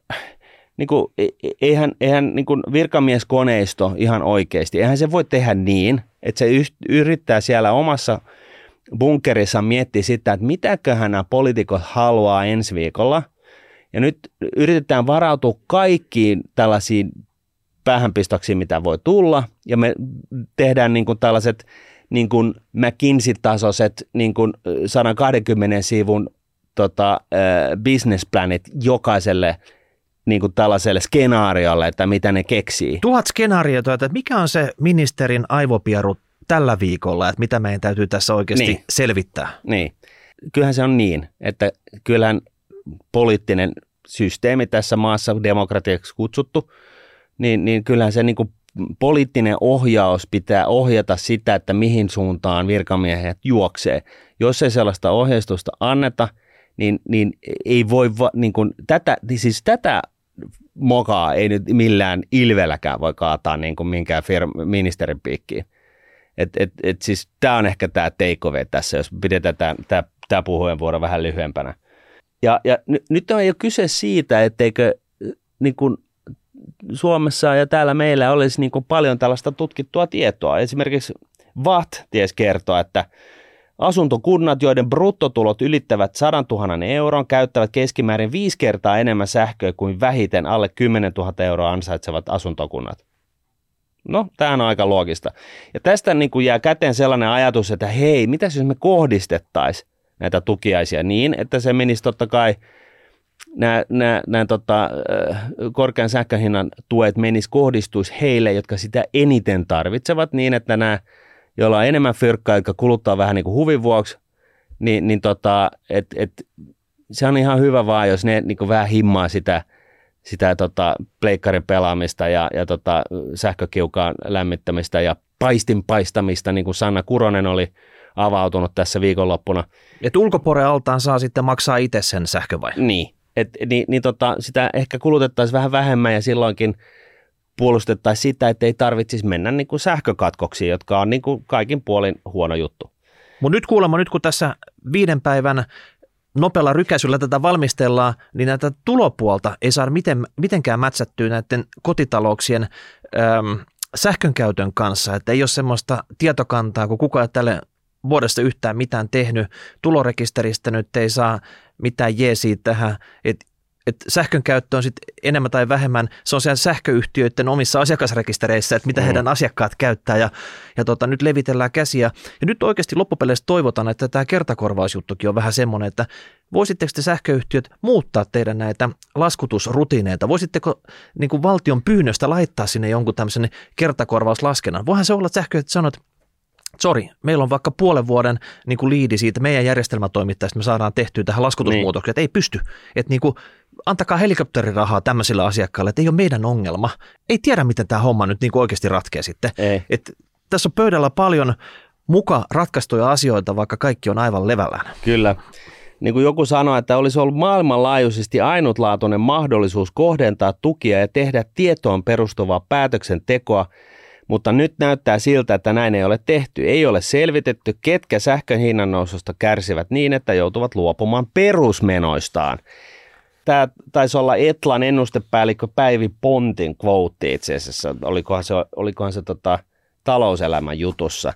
eihän niin kuin virkamieskoneisto ihan oikeasti, eihän se voi tehdä niin, että se yrittää siellä omassa bunkerissa miettiä sitä, että mitäköhän nämä poliitikot haluaa ensi viikolla. Ja nyt yritetään varautua kaikkiin tällaisiin päähänpistoksiin, mitä voi tulla, ja me tehdään niin kuin tällaiset niin kuin McKinsey-tasoiset niin kuin 120 sivun business planit jokaiselle niin kuin tällaiselle skenaariolle, että mitä ne keksii. 1000 skenaariota, että mikä on se ministerin aivopieru tällä viikolla, että mitä meidän täytyy tässä oikeasti selvittää. Niin, kyllähän se on niin, että kyllähän poliittinen systeemi tässä maassa, demokratiaksi kutsuttu, niin kyllähän se niin kuin poliittinen ohjaus pitää ohjata sitä, että mihin suuntaan virkamiehet juoksee. Jos ei sellaista ohjeistusta anneta, niin ei voi, niin kuin, tätä mokaa ei nyt millään ilvelläkään voi kaataa niin kuin minkään ministerin piikkiin. Siis tämä on ehkä tämä take-away tässä, jos pidetään tämä puheenvuoro vähän lyhyempänä. Ja nyt ei ole kyse siitä, etteikö niin kuin Suomessa ja täällä meillä olisi niin kuin paljon tällaista tutkittua tietoa. Esimerkiksi VAT ties kertoa, että asuntokunnat, joiden bruttotulot ylittävät 100 000 euron, käyttävät keskimäärin 5 kertaa enemmän sähköä kuin vähiten alle 10 000 euroa ansaitsevat asuntokunnat. No, tämä on aika loogista. Ja tästä niin kuin jää käteen sellainen ajatus, että hei, mitäs jos me kohdistettaisiin näitä tukiaisia niin, että se menisi totta kai, nämä korkean sähköhinnan tuet kohdistuisi heille, jotka sitä eniten tarvitsevat, niin että nämä, joilla on enemmän fyrkkaa, jotka kuluttaa vähän niin kuin huvin vuoksi, se on ihan hyvä vaan, jos ne niin kuin vähän himmaa sitä pleikkarin pelaamista ja sähkökiukaan lämmittämistä ja paistin paistamista, niin kuin Sanna Kuronen oli avautunut tässä viikonloppuna. Että ulkopuoleltaan saa sitten maksaa itse sen sähkö vai? Niin, sitä ehkä kulutettaisiin vähän vähemmän ja silloinkin puolustettaisiin sitä, että ei tarvitsisi mennä niin kuin sähkökatkoksiin, jotka on niin kuin kaikin puolin huono juttu. Mutta nyt kun tässä 5 päivän nopealla rykäisyllä tätä valmistellaan, niin näitä tulopuolta ei saada mitenkään mätsättyä näiden kotitalouksien sähkönkäytön kanssa, että ei ole semmoista tietokantaa, kun kukaan ei tälle vuodesta yhtään mitään tehnyt, tulorekisteristä nyt ei saa mitään jeesiä tähän, että sähkön käyttö on sitten enemmän tai vähemmän, se on siellä sähköyhtiöiden omissa asiakasrekistereissä, että mitä heidän asiakkaat käyttää ja nyt levitellään käsiä. Ja nyt oikeasti loppupeleissä toivotaan, että tämä kertakorvausjuttukin on vähän semmoinen, että voisitteko te sähköyhtiöt muuttaa teidän näitä laskutusrutiineita? Voisitteko niin kuin valtion pyynnöstä laittaa sinne jonkun tämmöisen kertakorvauslaskennan? Voihan se olla, että sähköyhtiöt sanoo, että sori, meillä on vaikka puolen vuoden niin kuin liidi siitä meidän järjestelmätoimittajasta, me saadaan tehtyä tähän laskutusmuutokseen, että ei pysty. Että niin kuin, antakaa helikopterirahaa tämmöisille asiakkaille, että ei ole meidän ongelma. Ei tiedä, miten tämä homma nyt niin kuin oikeasti ratkeaa sitten. Tässä on pöydällä paljon muka ratkaistuja asioita, vaikka kaikki on aivan levällään. Kyllä. Niin kuin joku sanoi, että olisi ollut maailmanlaajuisesti ainutlaatuinen mahdollisuus kohdentaa tukia ja tehdä tietoon perustuvaa päätöksentekoa, mutta nyt näyttää siltä, että näin ei ole tehty. Ei ole selvitetty, ketkä sähkön hinnannoususta kärsivät niin, että joutuvat luopumaan perusmenoistaan. Tämä taisi olla Etlan ennustepäällikkö Päivi Pontin quote itse asiassa, olikohan se talouselämän jutussa.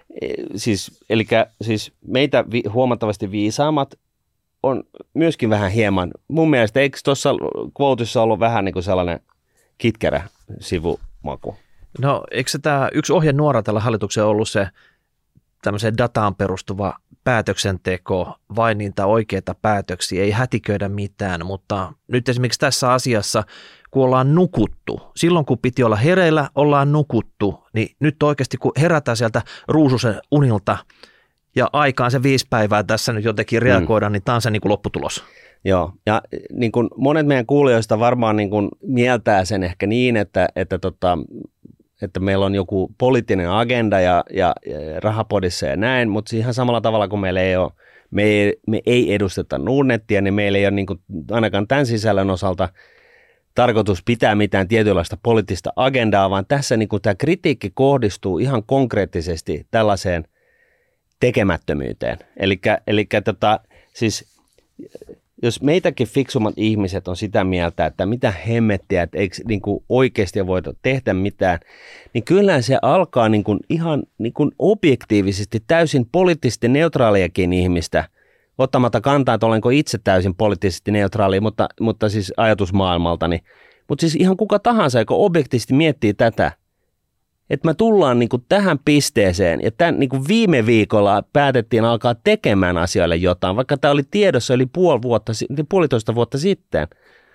Siis meitä huomattavasti viisaammat on myöskin vähän hieman, mun mielestä eikö tuossa quoteissa ollut vähän niin kuin sellainen kitkerä sivumaku? No eikö se tämä yksi ohjenuora tällä hallituksella ollut se tämmöiseen dataan perustuva päätöksenteko, vain niitä oikeita päätöksiä, ei hätiköidä mitään, mutta nyt esimerkiksi tässä asiassa, kun ollaan nukuttu, silloin kun piti olla hereillä, ollaan nukuttu, niin nyt oikeasti kun herätään sieltä ruususen unilta ja aikaan se 5 päivää tässä nyt jotenkin reagoidaan, niin tämä on se niin kuin lopputulos. Joo, ja niin kuin monet meidän kuulijoista varmaan niin kuin mieltää sen ehkä niin, että meillä on joku poliittinen agenda ja rahapodissa ja näin, mutta ihan samalla tavalla kuin meillä ei ole, me ei edusteta Nordnetia, niin meillä ei ole niin kuin, ainakaan tämän sisällön osalta tarkoitus pitää mitään tietynlaista poliittista agendaa, vaan tässä niin kuin tämä kritiikki kohdistuu ihan konkreettisesti tällaiseen tekemättömyyteen. Eli siis jos meitäkin fiksummat ihmiset on sitä mieltä, että mitä hemmettiä, että eikö niin kuin oikeasti voida tehdä mitään, niin kyllä se alkaa niin kuin ihan niin kuin objektiivisesti täysin poliittisesti neutraaliakin ihmistä, ottamatta kantaa, että olenko itse täysin poliittisesti neutraali, mutta siis ajatusmaailmaltani. Mutta siis ihan kuka tahansa, joka objektiivisesti miettii tätä, että me tullaan niin kuin tähän pisteeseen, ja tämän, niin kuin viime viikolla päätettiin alkaa tekemään asioille jotain, vaikka tämä oli tiedossa yli puolitoista vuotta sitten,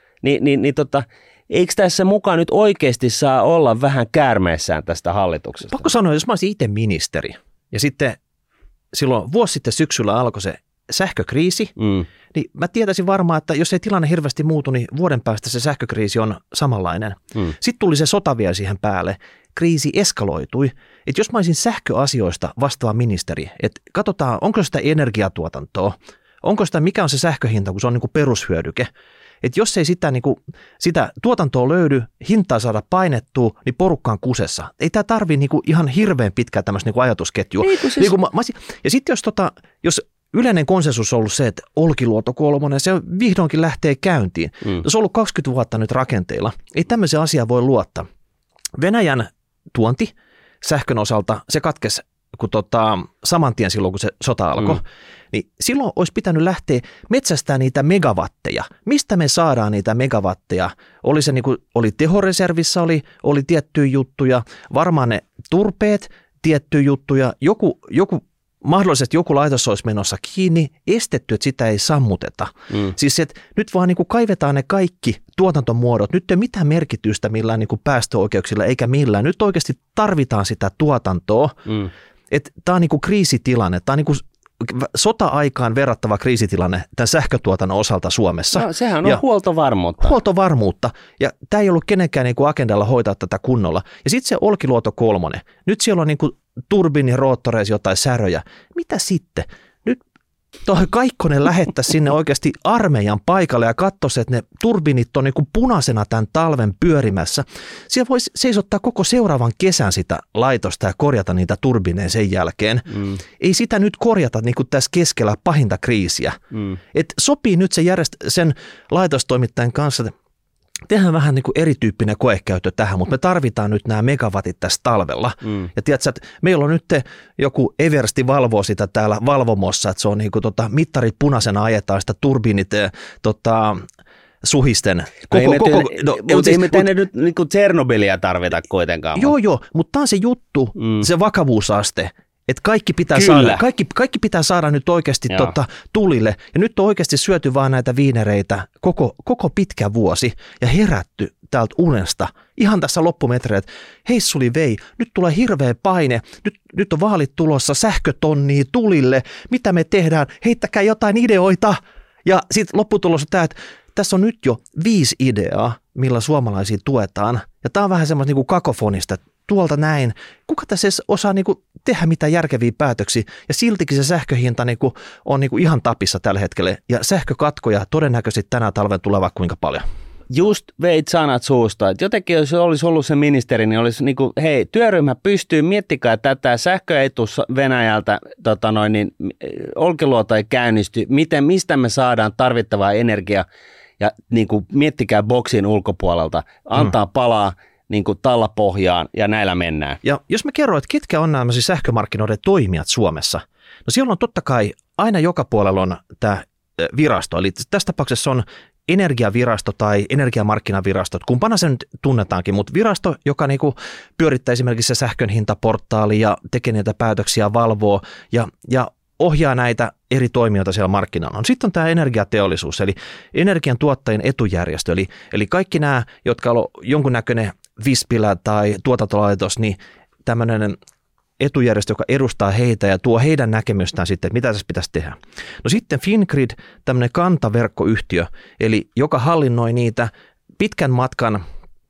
eikö tässä mukaan nyt oikeasti saa olla vähän käärmeessään tästä hallituksesta? Pakko sanoa, jos mä olisin itse ministeri, ja sitten silloin vuosi sitten syksyllä alkoi se sähkökriisi, niin mä tietäisin varmaan, että jos ei tilanne hirveästi muutu, niin vuoden päästä se sähkökriisi on samanlainen. Sitten tuli se sota vielä siihen päälle. Kriisi eskaloitui. Että jos mä olisin sähköasioista vastaava ministeri, että katsotaan, onko sitä energiatuotantoa, onko sitä, mikä on se sähköhinta, kun se on niin kuin perushyödyke. Että jos ei sitä tuotantoa löydy, hintaa saada painettua, niin porukka on kusessa. Ei tämä tarvitse niin kuin ihan hirveän pitkää tämmöistä niin kuin ajatusketjua. Ja sitten jos yleinen konsensus on ollut se, että Olkiluoto 3, se vihdoinkin lähtee käyntiin. Se on ollut 20 vuotta nyt rakenteilla. Ei tämmöisen asiaan voi luottaa. Venäjän tuonti sähkön osalta, se katkesi kun saman tien silloin, kun se sota alkoi, niin silloin olisi pitänyt lähteä metsästään niitä megawatteja. Mistä me saadaan niitä megawatteja? Oli se niin kuin, oli tehoreservissä, oli tiettyjä juttuja, varmaan ne turpeet, tiettyjä juttuja, mahdollisesti joku laitos olisi menossa kiinni, estetty, että sitä ei sammuteta. Siis että nyt vaan niin kuin kaivetaan ne kaikki tuotantomuodot. Nyt ei ole mitään merkitystä millään niin kuin päästöoikeuksilla eikä millään. Nyt oikeasti tarvitaan sitä tuotantoa. Tämä on niin kuin kriisitilanne. Tämä on niin kuin sota-aikaan verrattava kriisitilanne tämän sähkötuotannon osalta Suomessa. No, sehän on huoltovarmuutta. Huoltovarmuutta. Ja tämä ei ollut kenenkään niin kuin agendalla hoitaa tätä kunnolla. Ja sitten se Olkiluoto 3. Nyt siellä on niin kuin turbiiniroottoreissa jotain säröjä. Mitä sitten? Nyt toi Kaikkonen lähettäisi sinne oikeasti armeijan paikalle ja katsoisi, että ne turbiinit on niin kuin punaisena tämän talven pyörimässä. Siellä voisi seisottaa koko seuraavan kesän sitä laitosta ja korjata niitä turbiineja sen jälkeen. Ei sitä nyt korjata niin kuin tässä keskellä pahinta kriisiä. Et sopii nyt sen laitostoimittajan kanssa, että tehdään vähän niin kuin erityyppinen koekäyttö tähän, mutta me tarvitaan nyt nämä megawatit tässä talvella. Ja tiedätkö, että meillä on nyt joku Eversti valvoo sitä täällä valvomossa, että se on niin kuin mittarit punaisena ajetaan sitä turbiinit suhisten. Mutta ei me tänne nyt niin kuin Tsernobylia tarvita kuitenkaan. Joo, mutta tämä on se juttu, se vakavuusaste. Että kaikki pitää saada nyt oikeasti tulille. Ja nyt on oikeasti syöty vaan näitä viinereitä koko pitkä vuosi ja herätty täältä unesta. Ihan tässä loppumetreillä, että heissuli vei, nyt tulee hirveä paine, nyt on vaalit tulossa, sähkötonnia tulille, mitä me tehdään, heittäkää jotain ideoita. Ja sitten lopputulos on tämä, että tässä on nyt jo 5 ideaa, millä suomalaisia tuetaan. Ja tämä on vähän semmoista niin kuin kakofonista, tuolta näin. Kuka tässä edes osaa niin kuin tehdä mitään järkeviä päätöksiä? Ja siltikin se sähköhinta niin kuin on niin kuin ihan tapissa tällä hetkellä. Ja sähkökatkoja todennäköisesti tänä talven tulee vaikka paljon. Just veit sanat suusta. Että jotenkin jos olisi ollut se ministeri, niin olisi niin kuin, hei, työryhmä pystyy, miettikää tätä, sähkö ei tule Venäjältä, Olkiluoto ei käynnisty, mistä me saadaan tarvittavaa energiaa. ja niin kuin miettikää boksin ulkopuolelta, antaa palaa niin kuin tallapohjaan ja näillä mennään. Ja jos mä kerron, että ketkä on nämä sähkömarkkinoiden toimijat Suomessa, no siellä on totta kai aina joka puolella on tämä virasto, eli tässä tapauksessa on energiavirasto tai energiamarkkinavirasto, kumpana se nyt tunnetaankin, mutta virasto, joka niinku pyörittää esimerkiksi se sähkön hintaportaali ja tekee niitä päätöksiä, valvoo ja ohjaa näitä eri toimijoita siellä markkinoilla. Sitten on tämä energiateollisuus, eli energiantuottajien etujärjestö, eli kaikki nämä, jotka on jonkunnäköinen vispilä tai tuotantolaitos, niin tämmöinen etujärjestö, joka edustaa heitä ja tuo heidän näkemystään sitten, että mitä tässä pitäisi tehdä. No sitten Fingrid, tämmöinen kantaverkkoyhtiö, eli joka hallinnoi niitä pitkän matkan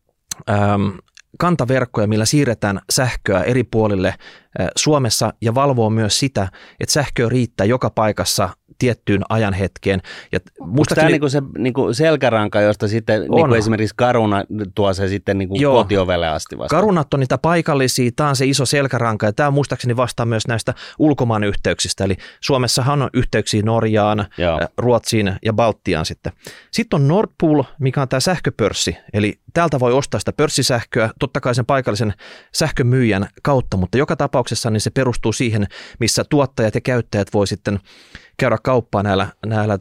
kantaverkkoja, millä siirretään sähköä eri puolille Suomessa ja valvoo myös sitä, että sähköä riittää joka paikassa tiettyyn ajan hetkeen. Onko tämä niinku selkäranka, josta sitten niinku esimerkiksi Caruna tuo se sitten niinku kotiovelle asti vasta? Carunat on niitä paikallisia, tämä on se iso selkäranka ja tämä muistaakseni vastaa myös näistä ulkomaan yhteyksistä. Eli Suomessahan on yhteyksiä Norjaan, Ruotsiin ja Baltiaan sitten. Sitten on Nord Pool, mikä on tämä sähköpörssi, eli täältä voi ostaa sitä pörssisähköä, totta kai sen paikallisen sähkömyyjän kautta, mutta joka tapauksessa niin se perustuu siihen, missä tuottajat ja käyttäjät voi sitten käydä kauppaa näillä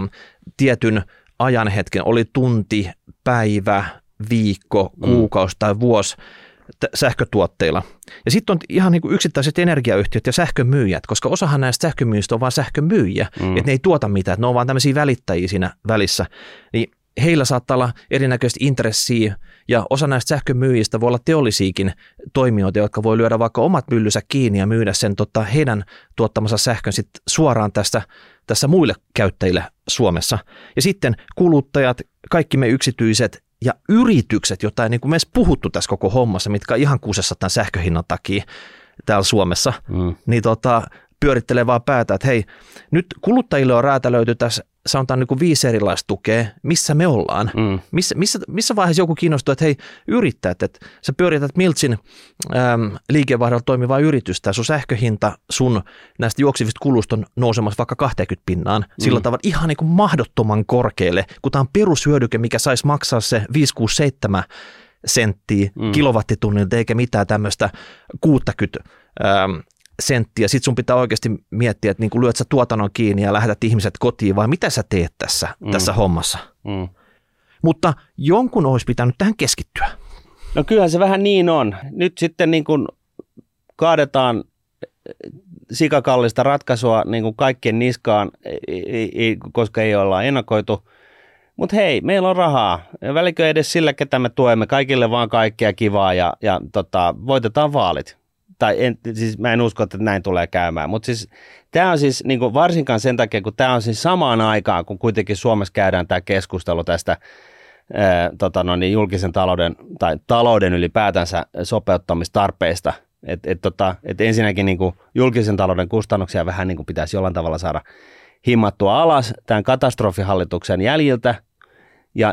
tietyn ajanhetken, oli tunti, päivä, viikko, kuukausi tai vuosi sähkötuotteilla. Ja sitten on ihan niin kuin yksittäiset energiayhtiöt ja sähkömyyjät, koska osahan näistä sähkömyyjistä on vain sähkömyyjiä, että ne ei tuota mitään, että ne on vaan tämmöisiä välittäjiä siinä välissä. Niin heillä saattaa olla erinäköistä intressiä ja osa näistä sähkömyyjistä voi olla teollisiakin toimijoita, jotka voi lyödä vaikka omat myllynsä kiinni ja myydä sen heidän tuottamansa sähkön sit suoraan tässä muille käyttäjille Suomessa. Ja sitten kuluttajat, kaikki me yksityiset ja yritykset, joita ei niin kuin me edes puhuttu tässä koko hommassa, mitkä on ihan kuusessa tämän sähköhinnan takia täällä Suomessa, niin pyörittelee vaan päätä, että hei, nyt kuluttajille on räätälöity tässä, sanotaan niin kuin 5 erilaista tukea, missä me ollaan. Missä vaiheessa joku kiinnostuu, että hei, yrittäjät, että sä pyörität Miltsin liikevaihdolla toimivaa yritystä, sun sähköhinta sun näistä juoksivista kulusta on nousemassa vaikka 20%, sillä tavalla ihan niin kuin mahdottoman korkealle, kun tämä on perushyödyke, mikä saisi maksaa se 5, 6, 7 senttiä kilowattitunnilta, eikä mitään tämmöistä 60 senttiä. Sitten sun pitää oikeasti miettiä, että niin kuin lyöt sä tuotannon kiinni ja lähetät ihmiset kotiin, vai mitä sä teet tässä hommassa. Mutta jonkun olisi pitänyt tähän keskittyä. No kyllähän se vähän niin on. Nyt sitten niin kuin kaadetaan sikakallista ratkaisua niin kuin kaikkien niskaan, koska ei olla ennakoitu. Mutta hei, meillä on rahaa. Välikö edes sillä, ketä me tuemme. Kaikille vaan kaikkea kivaa ja voitetaan vaalit. Siis mä en usko, että näin tulee käymään, mutta siis tämä on siis niin kuin varsinkaan sen takia, kun tämä on siis samaan aikaan, kun kuitenkin Suomessa käydään tämä keskustelu tästä julkisen talouden tai talouden ylipäätänsä sopeuttamistarpeista, että ensinnäkin niin kuin julkisen talouden kustannuksia vähän niin kuin pitäisi jollain tavalla saada himmattua alas tämän katastrofihallituksen jäljiltä ja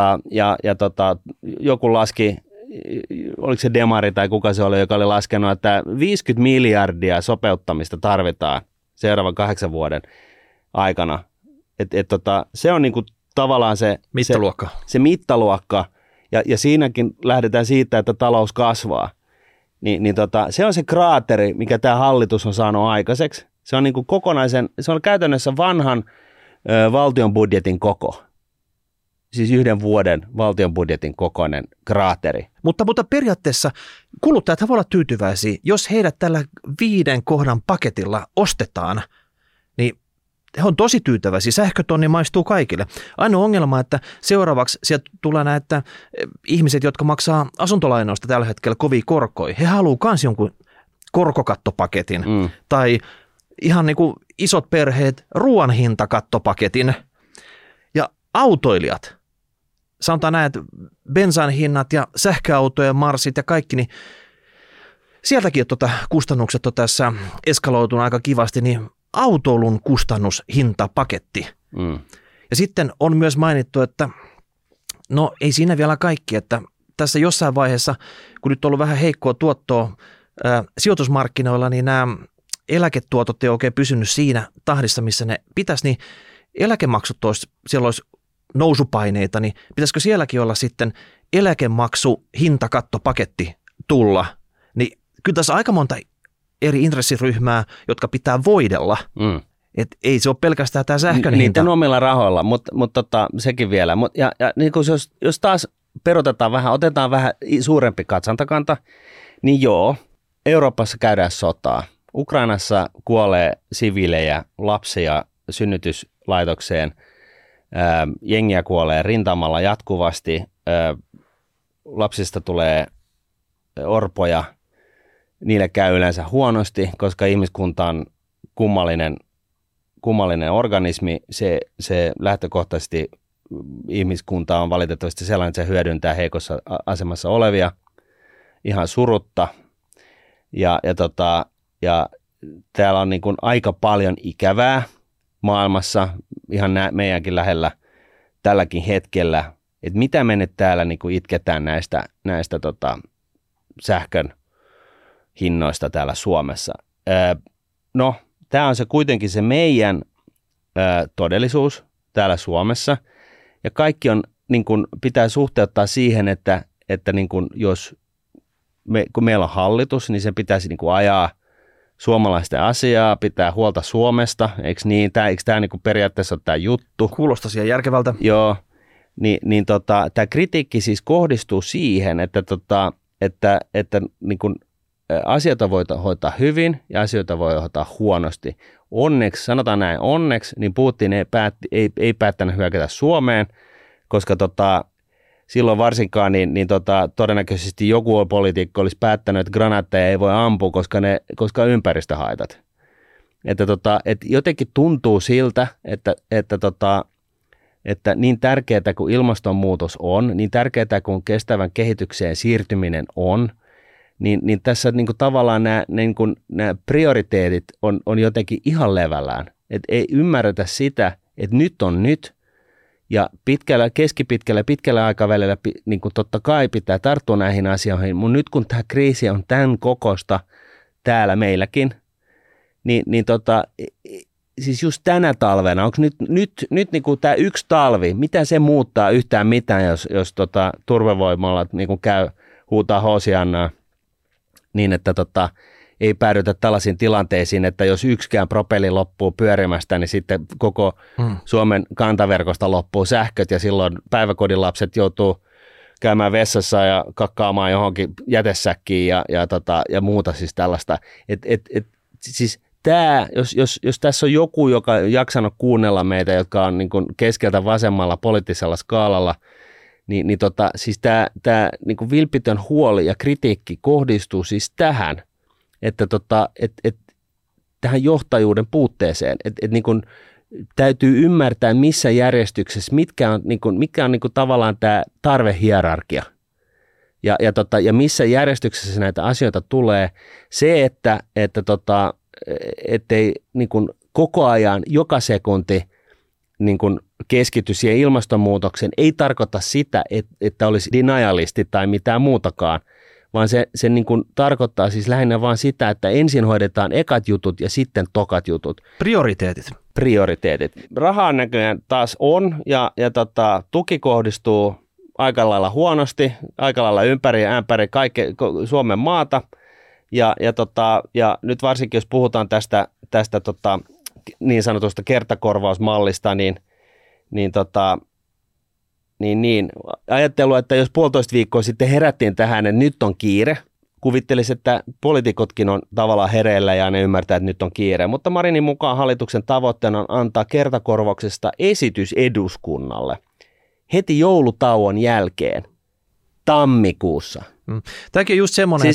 joku laski, oliko se Demari tai kuka se oli, joka oli laskenut, että 50 miljardia sopeuttamista tarvitaan seuraavan 8 vuoden aikana. Se on niinku tavallaan se mittaluokka ja siinäkin lähdetään siitä, että talous kasvaa. Se on se kraateri, mikä tämä hallitus on saanut aikaiseksi. Se on niinku se on käytännössä vanhan valtion budjetin koko. Siis 1 vuoden valtion budjetin kokoinen kraateri. Mutta periaatteessa kuluttajat voi olla tyytyväisiä, jos heidät tällä 5 kohdan paketilla ostetaan, niin he on tosi tyytyväisiä. Sähkötonni maistuu kaikille. Ainoa ongelma, että seuraavaksi sieltä tulee näitä ihmiset, jotka maksaa asuntolainoista tällä hetkellä kovia korkoja. He haluaa myös jonkun korkokattopaketin tai ihan niin kuin isot perheet ruoan hintakattopaketin ja autoilijat. Sanotaan näin, että bensan hinnat ja sähköautojen marssit ja kaikki, niin sieltäkin kustannukset on tässä eskaloitunut aika kivasti, niin autoilun kustannushintapaketti. Ja sitten on myös mainittu, että no ei siinä vielä kaikki, että tässä jossain vaiheessa, kun nyt on ollut vähän heikkoa tuottoa sijoitusmarkkinoilla, niin nämä eläketuotot ei oikein pysynyt siinä tahdissa, missä ne pitäisi, niin eläkemaksut siellä olisi nousupaineita, niin pitäisikö sielläkin olla sitten eläkemaksu, hintakattopaketti tulla? Niin kyllä tässä aika monta eri intressiryhmää, jotka pitää voidella. Et ei se ole pelkästään tämä sähkön hinta. Niiden omilla rahoilla, mutta sekin vielä. Ja niin kuin jos taas perutetaan vähän, otetaan vähän suurempi katsantakanta, niin joo, Euroopassa käydään sotaa. Ukrainassa kuolee siviilejä, lapsia synnytyslaitokseen, jengiä kuolee rintamalla jatkuvasti, lapsista tulee orpoja, niille käy yleensä huonosti, koska ihmiskunta on kummallinen organismi, se lähtökohtaisesti ihmiskunta on valitettavasti sellainen, että se hyödyntää heikossa asemassa olevia ihan surutta. Ja täällä on niin kuin aika paljon ikävää maailmassa, ihan meidänkin lähellä tälläkin hetkellä, että mitä me nyt täällä niin kuin itketään näistä sähkön hinnoista täällä Suomessa. No, tämä on se kuitenkin se meidän todellisuus täällä Suomessa, ja kaikki on, niin kuin, pitää suhteuttaa siihen, että niin kuin, kun meillä on hallitus, niin sen pitäisi niin kuin ajaa suomalaisten asiaa, pitää huolta Suomesta, eikö niin? Eikö tämä niin kuin periaatteessa ole tämä juttu? Kuulostaa siihen järkevältä. Joo, niin tämä kritiikki siis kohdistuu siihen, että niin kuin asioita voi hoitaa hyvin ja asioita voi hoitaa huonosti. Onneksi, sanotaan näin, niin Putin ei päättänyt hyökätä Suomeen, koska silloin varsinkaan todennäköisesti joku poliitikko olisi päättänyt, että granaatteja ei voi ampua, koska ympäristöhaitat. Että jotenkin tuntuu siltä, että niin tärkeää kuin ilmastonmuutos on, niin tärkeää kuin kestävän kehitykseen siirtyminen on, niin tässä niin kuin tavallaan nämä prioriteetit on jotenkin ihan levällään. Et ei ymmärretä sitä, että nyt on nyt, ja pitkällä aikavälillä niin kuin totta kai pitää tarttua näihin asioihin, mutta nyt kun tämä kriisi on tämän kokosta täällä meilläkin, siis just tänä talvena, onko nyt niin kuin tämä yksi talvi, mitä se muuttaa yhtään mitään, jos turvevoimalla niin kuin huutaa Hosiannaa, niin että ei päädytä tällaisiin tilanteisiin, että jos yksikään propelli loppuu pyörimästä, niin sitten koko Suomen kantaverkosta loppuu sähköt ja silloin päiväkodin lapset joutuu käymään vessassa ja kakkaamaan johonkin jätesäkkiin ja muuta siis tällaista. Siis tämä, jos tässä on joku, joka on jaksanut kuunnella meitä, jotka on niin kuin keskeltä vasemmalla poliittisella skaalalla, siis tämä niin kuin vilpitön huoli ja kritiikki kohdistuu siis tähän, että tähän johtajuuden puutteeseen, että niin kuin täytyy ymmärtää missä järjestyksessä, mikä on niin kuin tavallaan tämä tarvehierarkia ja missä järjestyksessä näitä asioita tulee. Se, ettei niin kuin koko ajan joka sekunti niin kuin keskity siihen ilmastonmuutoksen, ei tarkoita sitä, että olisi denialisti tai mitään muutakaan, vaan se niin kuin tarkoittaa siis lähinnä vaan sitä, että ensin hoidetaan ekat jutut ja sitten tokat jutut. Prioriteetit. Rahaa näköjään taas on ja tuki kohdistuu aika lailla huonosti, aika lailla ympäri ja ämpäri Suomen maata ja nyt varsinkin jos puhutaan tästä niin sanotusta kertakorvausmallista, niin ajattelu, että jos 1,5 viikkoa sitten herättiin tähän, että nyt on kiire, kuvittelisi, että poliitikotkin on tavallaan hereillä ja ne ymmärtää, että nyt on kiire, mutta Marinin mukaan hallituksen tavoitteena on antaa kertakorvauksesta esitys eduskunnalle heti joulutauon jälkeen tammikuussa. Tämäkin on just semmoinen, siis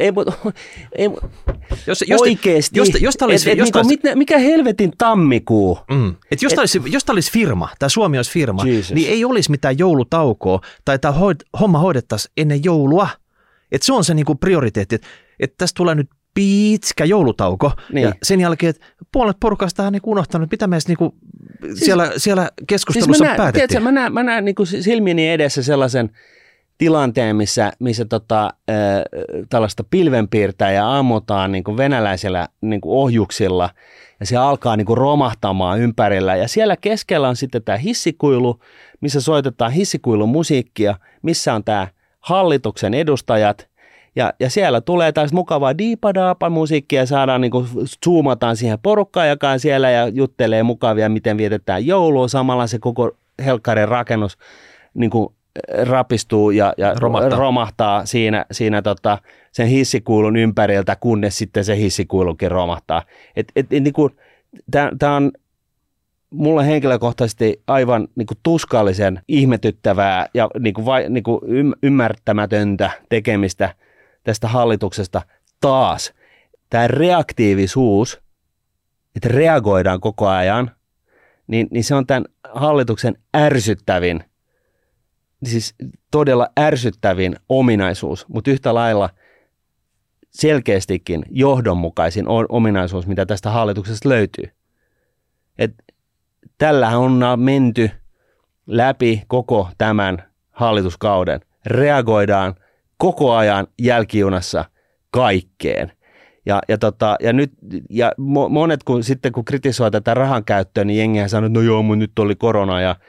oikeasti, mikä helvetin tammikuu? Jos tämä olisi firma, tämä Suomi olisi firma, niin ei olisi mitään joulutaukoa, tai tämä homma hoidettaisiin ennen joulua. Että se on se niinku prioriteetti, että tästä tulee nyt pitkä joulutauko, niin. Ja sen jälkeen, että puolet porukasta on niinku unohtanut, mitä me niinku siellä keskustelussa päätettiin. Tiedätkö, mä näen niinku silmieni edessä sellaisen tilanteen, missä tällaista pilvenpiirtäjää ammutaan niin kuin venäläisellä niin kuin ohjuksilla ja se alkaa niin kuin romahtamaan ympärillä. Ja siellä keskellä on sitten tämä hissikuilu, missä soitetaan hissikuilun musiikkia, missä on tämä hallituksen edustajat. Ja siellä tulee taas mukavaa diipadaapa musiikkia ja saadaan niin kuin zoomataan siihen porukkaan, joka on siellä ja juttelee mukavia, miten vietetään joulua. Samalla se koko helkkarin rakennus niin kuin rapistuu ja romahtaa siinä sen hissikuilun ympäriltä, kunnes sitten se hissikuilukin romahtaa. Niin tämä on mulle henkilökohtaisesti aivan niin kuin tuskallisen ihmetyttävää ja niin kuin ymmärtämätöntä tekemistä tästä hallituksesta taas. Tämä reaktiivisuus, että reagoidaan koko ajan, niin se on tämän hallituksen ärsyttävin, siis todella ärsyttävin ominaisuus, mutta yhtä lailla selkeästikin johdonmukaisin ominaisuus, mitä tästä hallituksesta löytyy. Tällähän on menty läpi koko tämän hallituskauden. Reagoidaan koko ajan jälkijunassa kaikkeen. Ja monet kun kritisoi tätä rahan käyttöä, niin jengihän sanoo, että no joo, mun nyt oli korona ja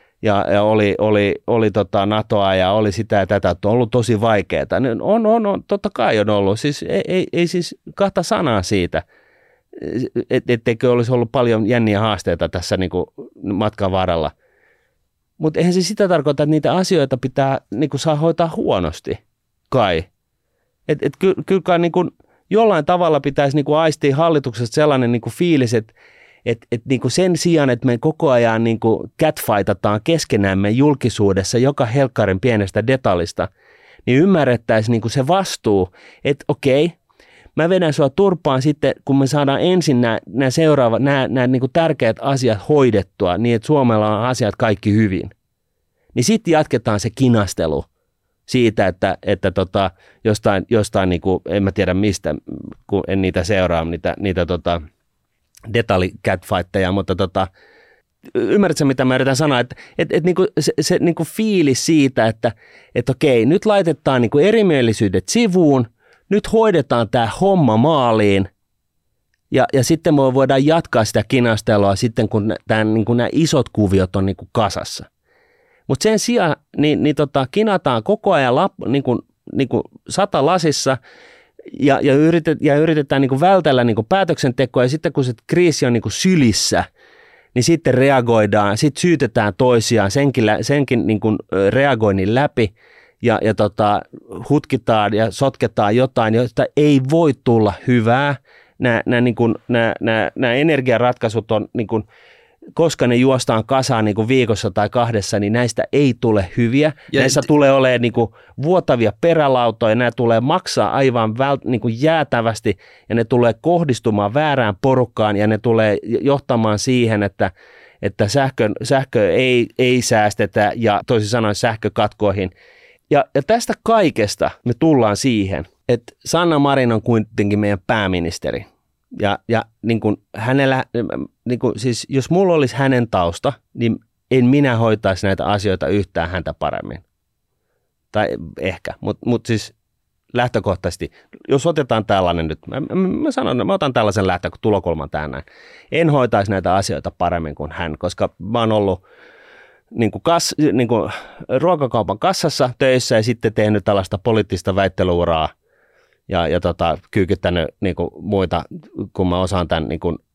oli NATOa ja oli sitä ja tätä, että on ollut tosi vaikeaa. On, totta kai on ollut. Siis ei siis kahta sanaa siitä, etteikö olisi ollut paljon jänniä haasteita tässä niin kuin matkan varrella. Mutta eihän se sitä tarkoita, että niitä asioita pitää niin kuin saa hoitaa huonosti, kai. Kyllä kai niin kuin jollain tavalla pitäisi niin kuin aistia hallituksesta sellainen niin kuin fiilis, että niin kuin sen sijaan, että me koko ajan niin kuin catfightataan keskenämme julkisuudessa joka helkkarin pienestä detaljista, niin ymmärrettäisiin niin kuin se vastuu, että okei, mä vedän sua turpaan sitten, kun me saadaan ensin nämä seuraavat, nämä niin kuin tärkeät asiat hoidettua, niin että Suomella on asiat kaikki hyvin. Niin sitten jatketaan se kinastelu siitä, että jostain niin kuin, en mä tiedä mistä, kun en niitä seuraa, niitä detalji-catfightteja, mutta ymmärrätkö, mitä mä yritän sanoa, että niinku se niinku fiilis siitä, että okei, nyt laitetaan niinku erimielisyydet sivuun, nyt hoidetaan tämä homma maaliin ja sitten me voidaan jatkaa sitä kinastelua sitten, kun niinku nämä isot kuviot on niinku kasassa. Mutta sen sijaan kinataan koko ajan niinku sata lasissa, ja yritetään niin kuin vältellä niin kuin päätöksentekoa, ja sitten kun se kriisi on niin kuin sylissä, niin sitten reagoidaan, sitten syytetään toisiaan senkin niin kuin reagoinnin läpi, ja hutkitaan ja sotketaan jotain, josta ei voi tulla hyvää. Nämä energiaratkaisut on, niin kuin, koska ne juostaan kasaan niin kuin viikossa tai kahdessa, niin näistä ei tule hyviä. Ja näissä tulee olemaan niin kuin vuotavia perälautoja, nämä tulee maksaa aivan niin kuin jäätävästi, ja ne tulee kohdistumaan väärään porukkaan, ja ne tulee johtamaan siihen, että sähkö ei säästetä, ja toisin sanoen sähkökatkoihin. Ja tästä kaikesta me tullaan siihen, että Sanna Marin on kuitenkin meidän pääministeri. Ja niin kuin hänellä, niin kuin, siis jos mulla olisi hänen tausta, niin en minä hoitaisi näitä asioita yhtään häntä paremmin. Tai ehkä, mutta siis lähtökohtaisesti, jos otetaan tällainen nyt, mä otan tällaisen tulokulman tähän näin. En hoitaisi näitä asioita paremmin kuin hän, koska mä oon ollut niin kuin ruokakaupan kassassa töissä ja sitten tehnyt tällaista poliittista väittelyuraa ja kyykyttänyt niin kuin muita, kun mä osaan tämän, niin kuin,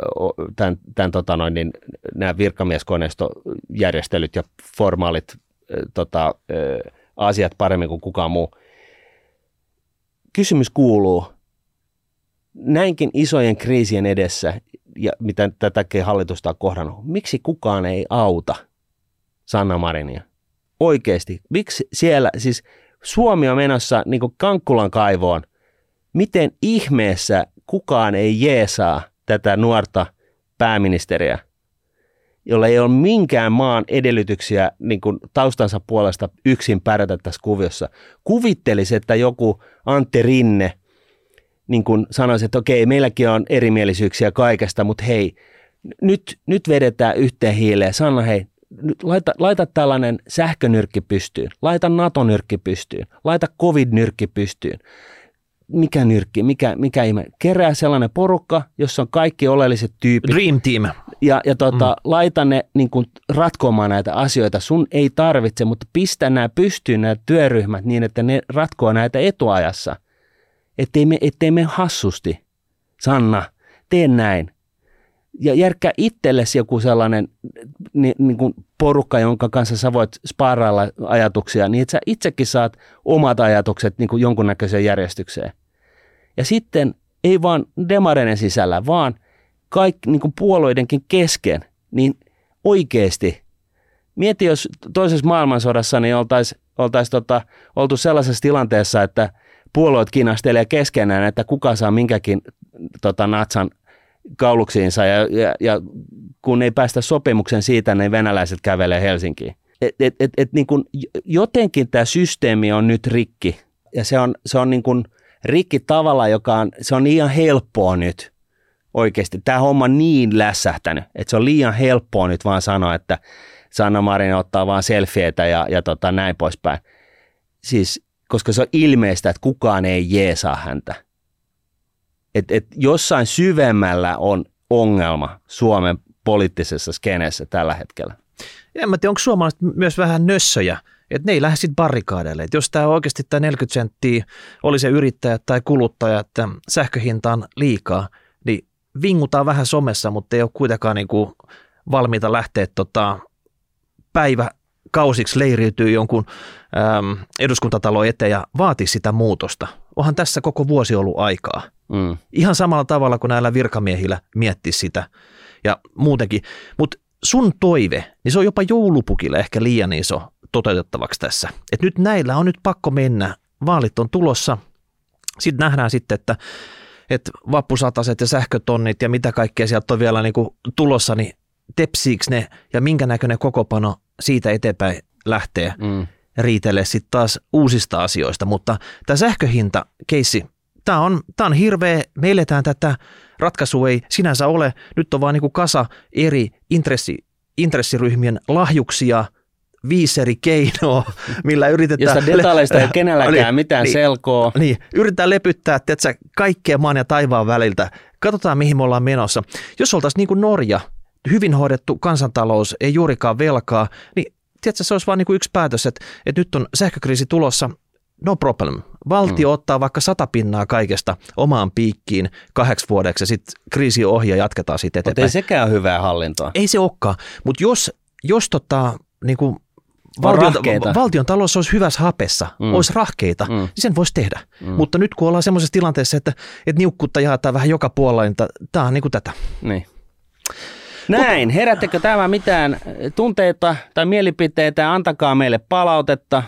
nämä virkamieskoneistojärjestelyt ja formaalit asiat paremmin kuin kukaan muu. Kysymys kuuluu, näinkin isojen kriisien edessä, ja mitä tätäkin hallitusta on kohdannut, miksi kukaan ei auta Sanna Marinia? Oikeasti, miksi siellä, siis Suomi on menossa niin kuin Kankkulan kaivoon, miten ihmeessä kukaan ei jeesaa tätä nuorta pääministeriä, jolla ei ole minkään maan edellytyksiä niin kuin taustansa puolesta yksin pärjätä tässä kuviossa. Kuvittelisi, että joku Antti Rinne niin kuin sanoisi, että okei, meilläkin on erimielisyyksiä kaikesta, mutta hei, nyt vedetään yhteen hiileen. Sanna, hei, laita tällainen sähkönyrkki pystyyn, laita NATO-nyrkki pystyyn, laita COVID-nyrkki pystyyn. Mikä nyrkki, mikä ihme. Kerää sellainen porukka, jossa on kaikki oleelliset tyypit. Dream team. Ja laita ne niin kuin ratkomaan näitä asioita. Sun ei tarvitse, mutta pistä nämä pystyyn nämä työryhmät niin, että ne ratkoo näitä etuajassa. Ettei me hassusti. Sanna, tee näin. Ja järkkää itsellesi joku sellainen niin kuin porukka, jonka kanssa sä voit sparrailla ajatuksia, niin että sä itsekin saat omat ajatukset niin kuin jonkunnäköiseen järjestykseen. Ja sitten ei vaan demareiden sisällä, vaan kaikki niin kuin puolueidenkin kesken, niin oikeasti. Mieti, jos toisessa maailmansodassa niin oltaisiin oltu sellaisessa tilanteessa, että puolueet kinastelee keskenään, että kuka saa minkäkin natsan kauluksiinsa ja kun ei päästä sopimuksen siitä, niin venäläiset kävelee Helsinkiin. Niin kuin jotenkin tämä systeemi on nyt rikki ja se on niin kuin rikki tavalla, se on liian helppoa nyt oikeasti. Tämä homma on niin lässähtänyt, että se on liian helppoa nyt vaan sanoa, että Sanna Marin ottaa vaan selfieitä ja näin poispäin. Siis, koska se on ilmeistä, että kukaan ei jeesaa häntä. Et jossain syvemmällä on ongelma Suomen poliittisessa skeneessä tällä hetkellä. En mä tiedä, onko suomalaiset myös vähän nössöjä, että ne ei lähde sitten barrikaadeille. Että jos tämä oikeasti tämä 40 senttiä oli se yrittäjä tai kuluttaja, että sähköhinta on liikaa, niin vingutaan vähän somessa, mutta ei ole kuitenkaan niinku valmiita lähteä päiväkausiksi leiriytyy jonkun eduskuntatalo eteen ja vaatii sitä muutosta. Onhan tässä koko vuosi ollut aikaa. Ihan samalla tavalla kuin näillä virkamiehillä miettii sitä ja muutenkin. Mutta sun toive, niin se on jopa joulupukille ehkä liian iso toteutettavaksi tässä. Et nyt näillä on nyt pakko mennä. Vaalit on tulossa. Sitten nähdään sitten, että vappusataset ja sähkötonnit ja mitä kaikkea sieltä on vielä niinku tulossa, niin tepsiikö ne ja minkä näköinen kokopano siitä eteenpäin lähtee riitelee sitten taas uusista asioista. Mutta tämä sähköhinta-keissi, Tämä on hirveä, me eletään tätä, ratkaisu ei sinänsä ole, nyt on vaan niin kuin kasa eri intressiryhmien lahjuksia, 5 eri keinoa, millä yritetään... Josta detaljeista ei ole kenelläkään mitään selkoa. Niin, yritetään lepyttää kaikkea maan ja taivaan väliltä. Katsotaan, mihin me ollaan menossa. Jos oltaisiin niin kuin Norja, hyvin hoidettu kansantalous, ei juurikaan velkaa, niin tiedätkö, se olisi vaan niin kuin yksi päätös, että nyt on sähkökriisi tulossa. No problem. Valtio ottaa vaikka 100% kaikesta omaan piikkiin 8 vuodeksi ja sitten kriisi on ohi ja jatketaan siitä eteenpäin. Mutta ei sekään ole hyvää hallintoa. Ei se olekaan, mutta jos niin kuin valtion talous olisi hyvässä hapessa, olisi rahkeita, niin sen voisi tehdä. Mutta nyt kun ollaan semmoisessa tilanteessa, että niukkuutta jaetaan vähän joka puolella, niin tämä on niin kuin tätä. Niin. Näin, herättekö tämä mitään tunteita tai mielipiteitä, antakaa meille palautetta,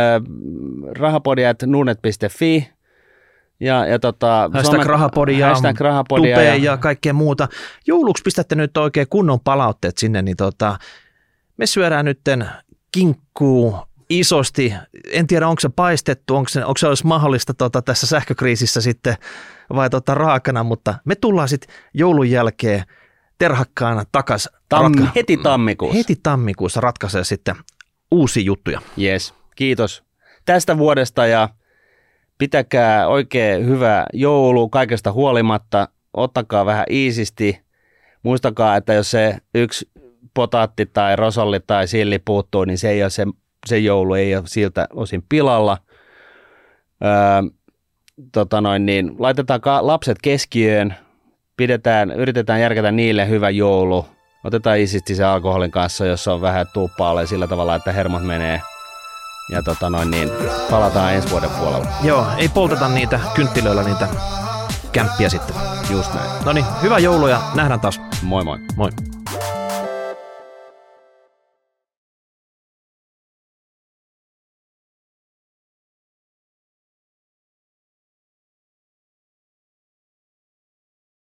rahapodi@nordnet.fi ja #rahapodi ja Tupe ja kaikkea muuta. Jouluksi pistätte nyt oikein kunnon palautteet sinne, niin me syödään nytten kinkkuu isosti. En tiedä, onko se paistettu, onko se olisi mahdollista tässä sähkökriisissä sitten vai raakana, mutta me tullaan sitten joulun jälkeen terhakkaana takaisin. Heti tammikuussa. Heti tammikuussa ratkaisee sitten uusia juttuja. Yes, kiitos tästä vuodesta ja pitäkää oikein hyvä joulu kaikesta huolimatta. Ottakaa vähän iisisti. Muistakaa, että jos se yksi potaatti tai rosolli tai silli puuttuu, niin se ei ole se joulu ei ole siltä osin pilalla. Laitetaan lapset keskiöön. Yritetään järkätä niille hyvä joulu. Otetaan iisisti se alkoholin kanssa, jos on vähän tuuppaa sillä tavalla, että hermot menee. Ja palataan ensi vuoden puolella. Joo, ei polteta niitä kynttilöillä niitä kämppiä sitten. Just näin. Noniin, hyvää joulua ja nähdään taas. Moi moi. Moi.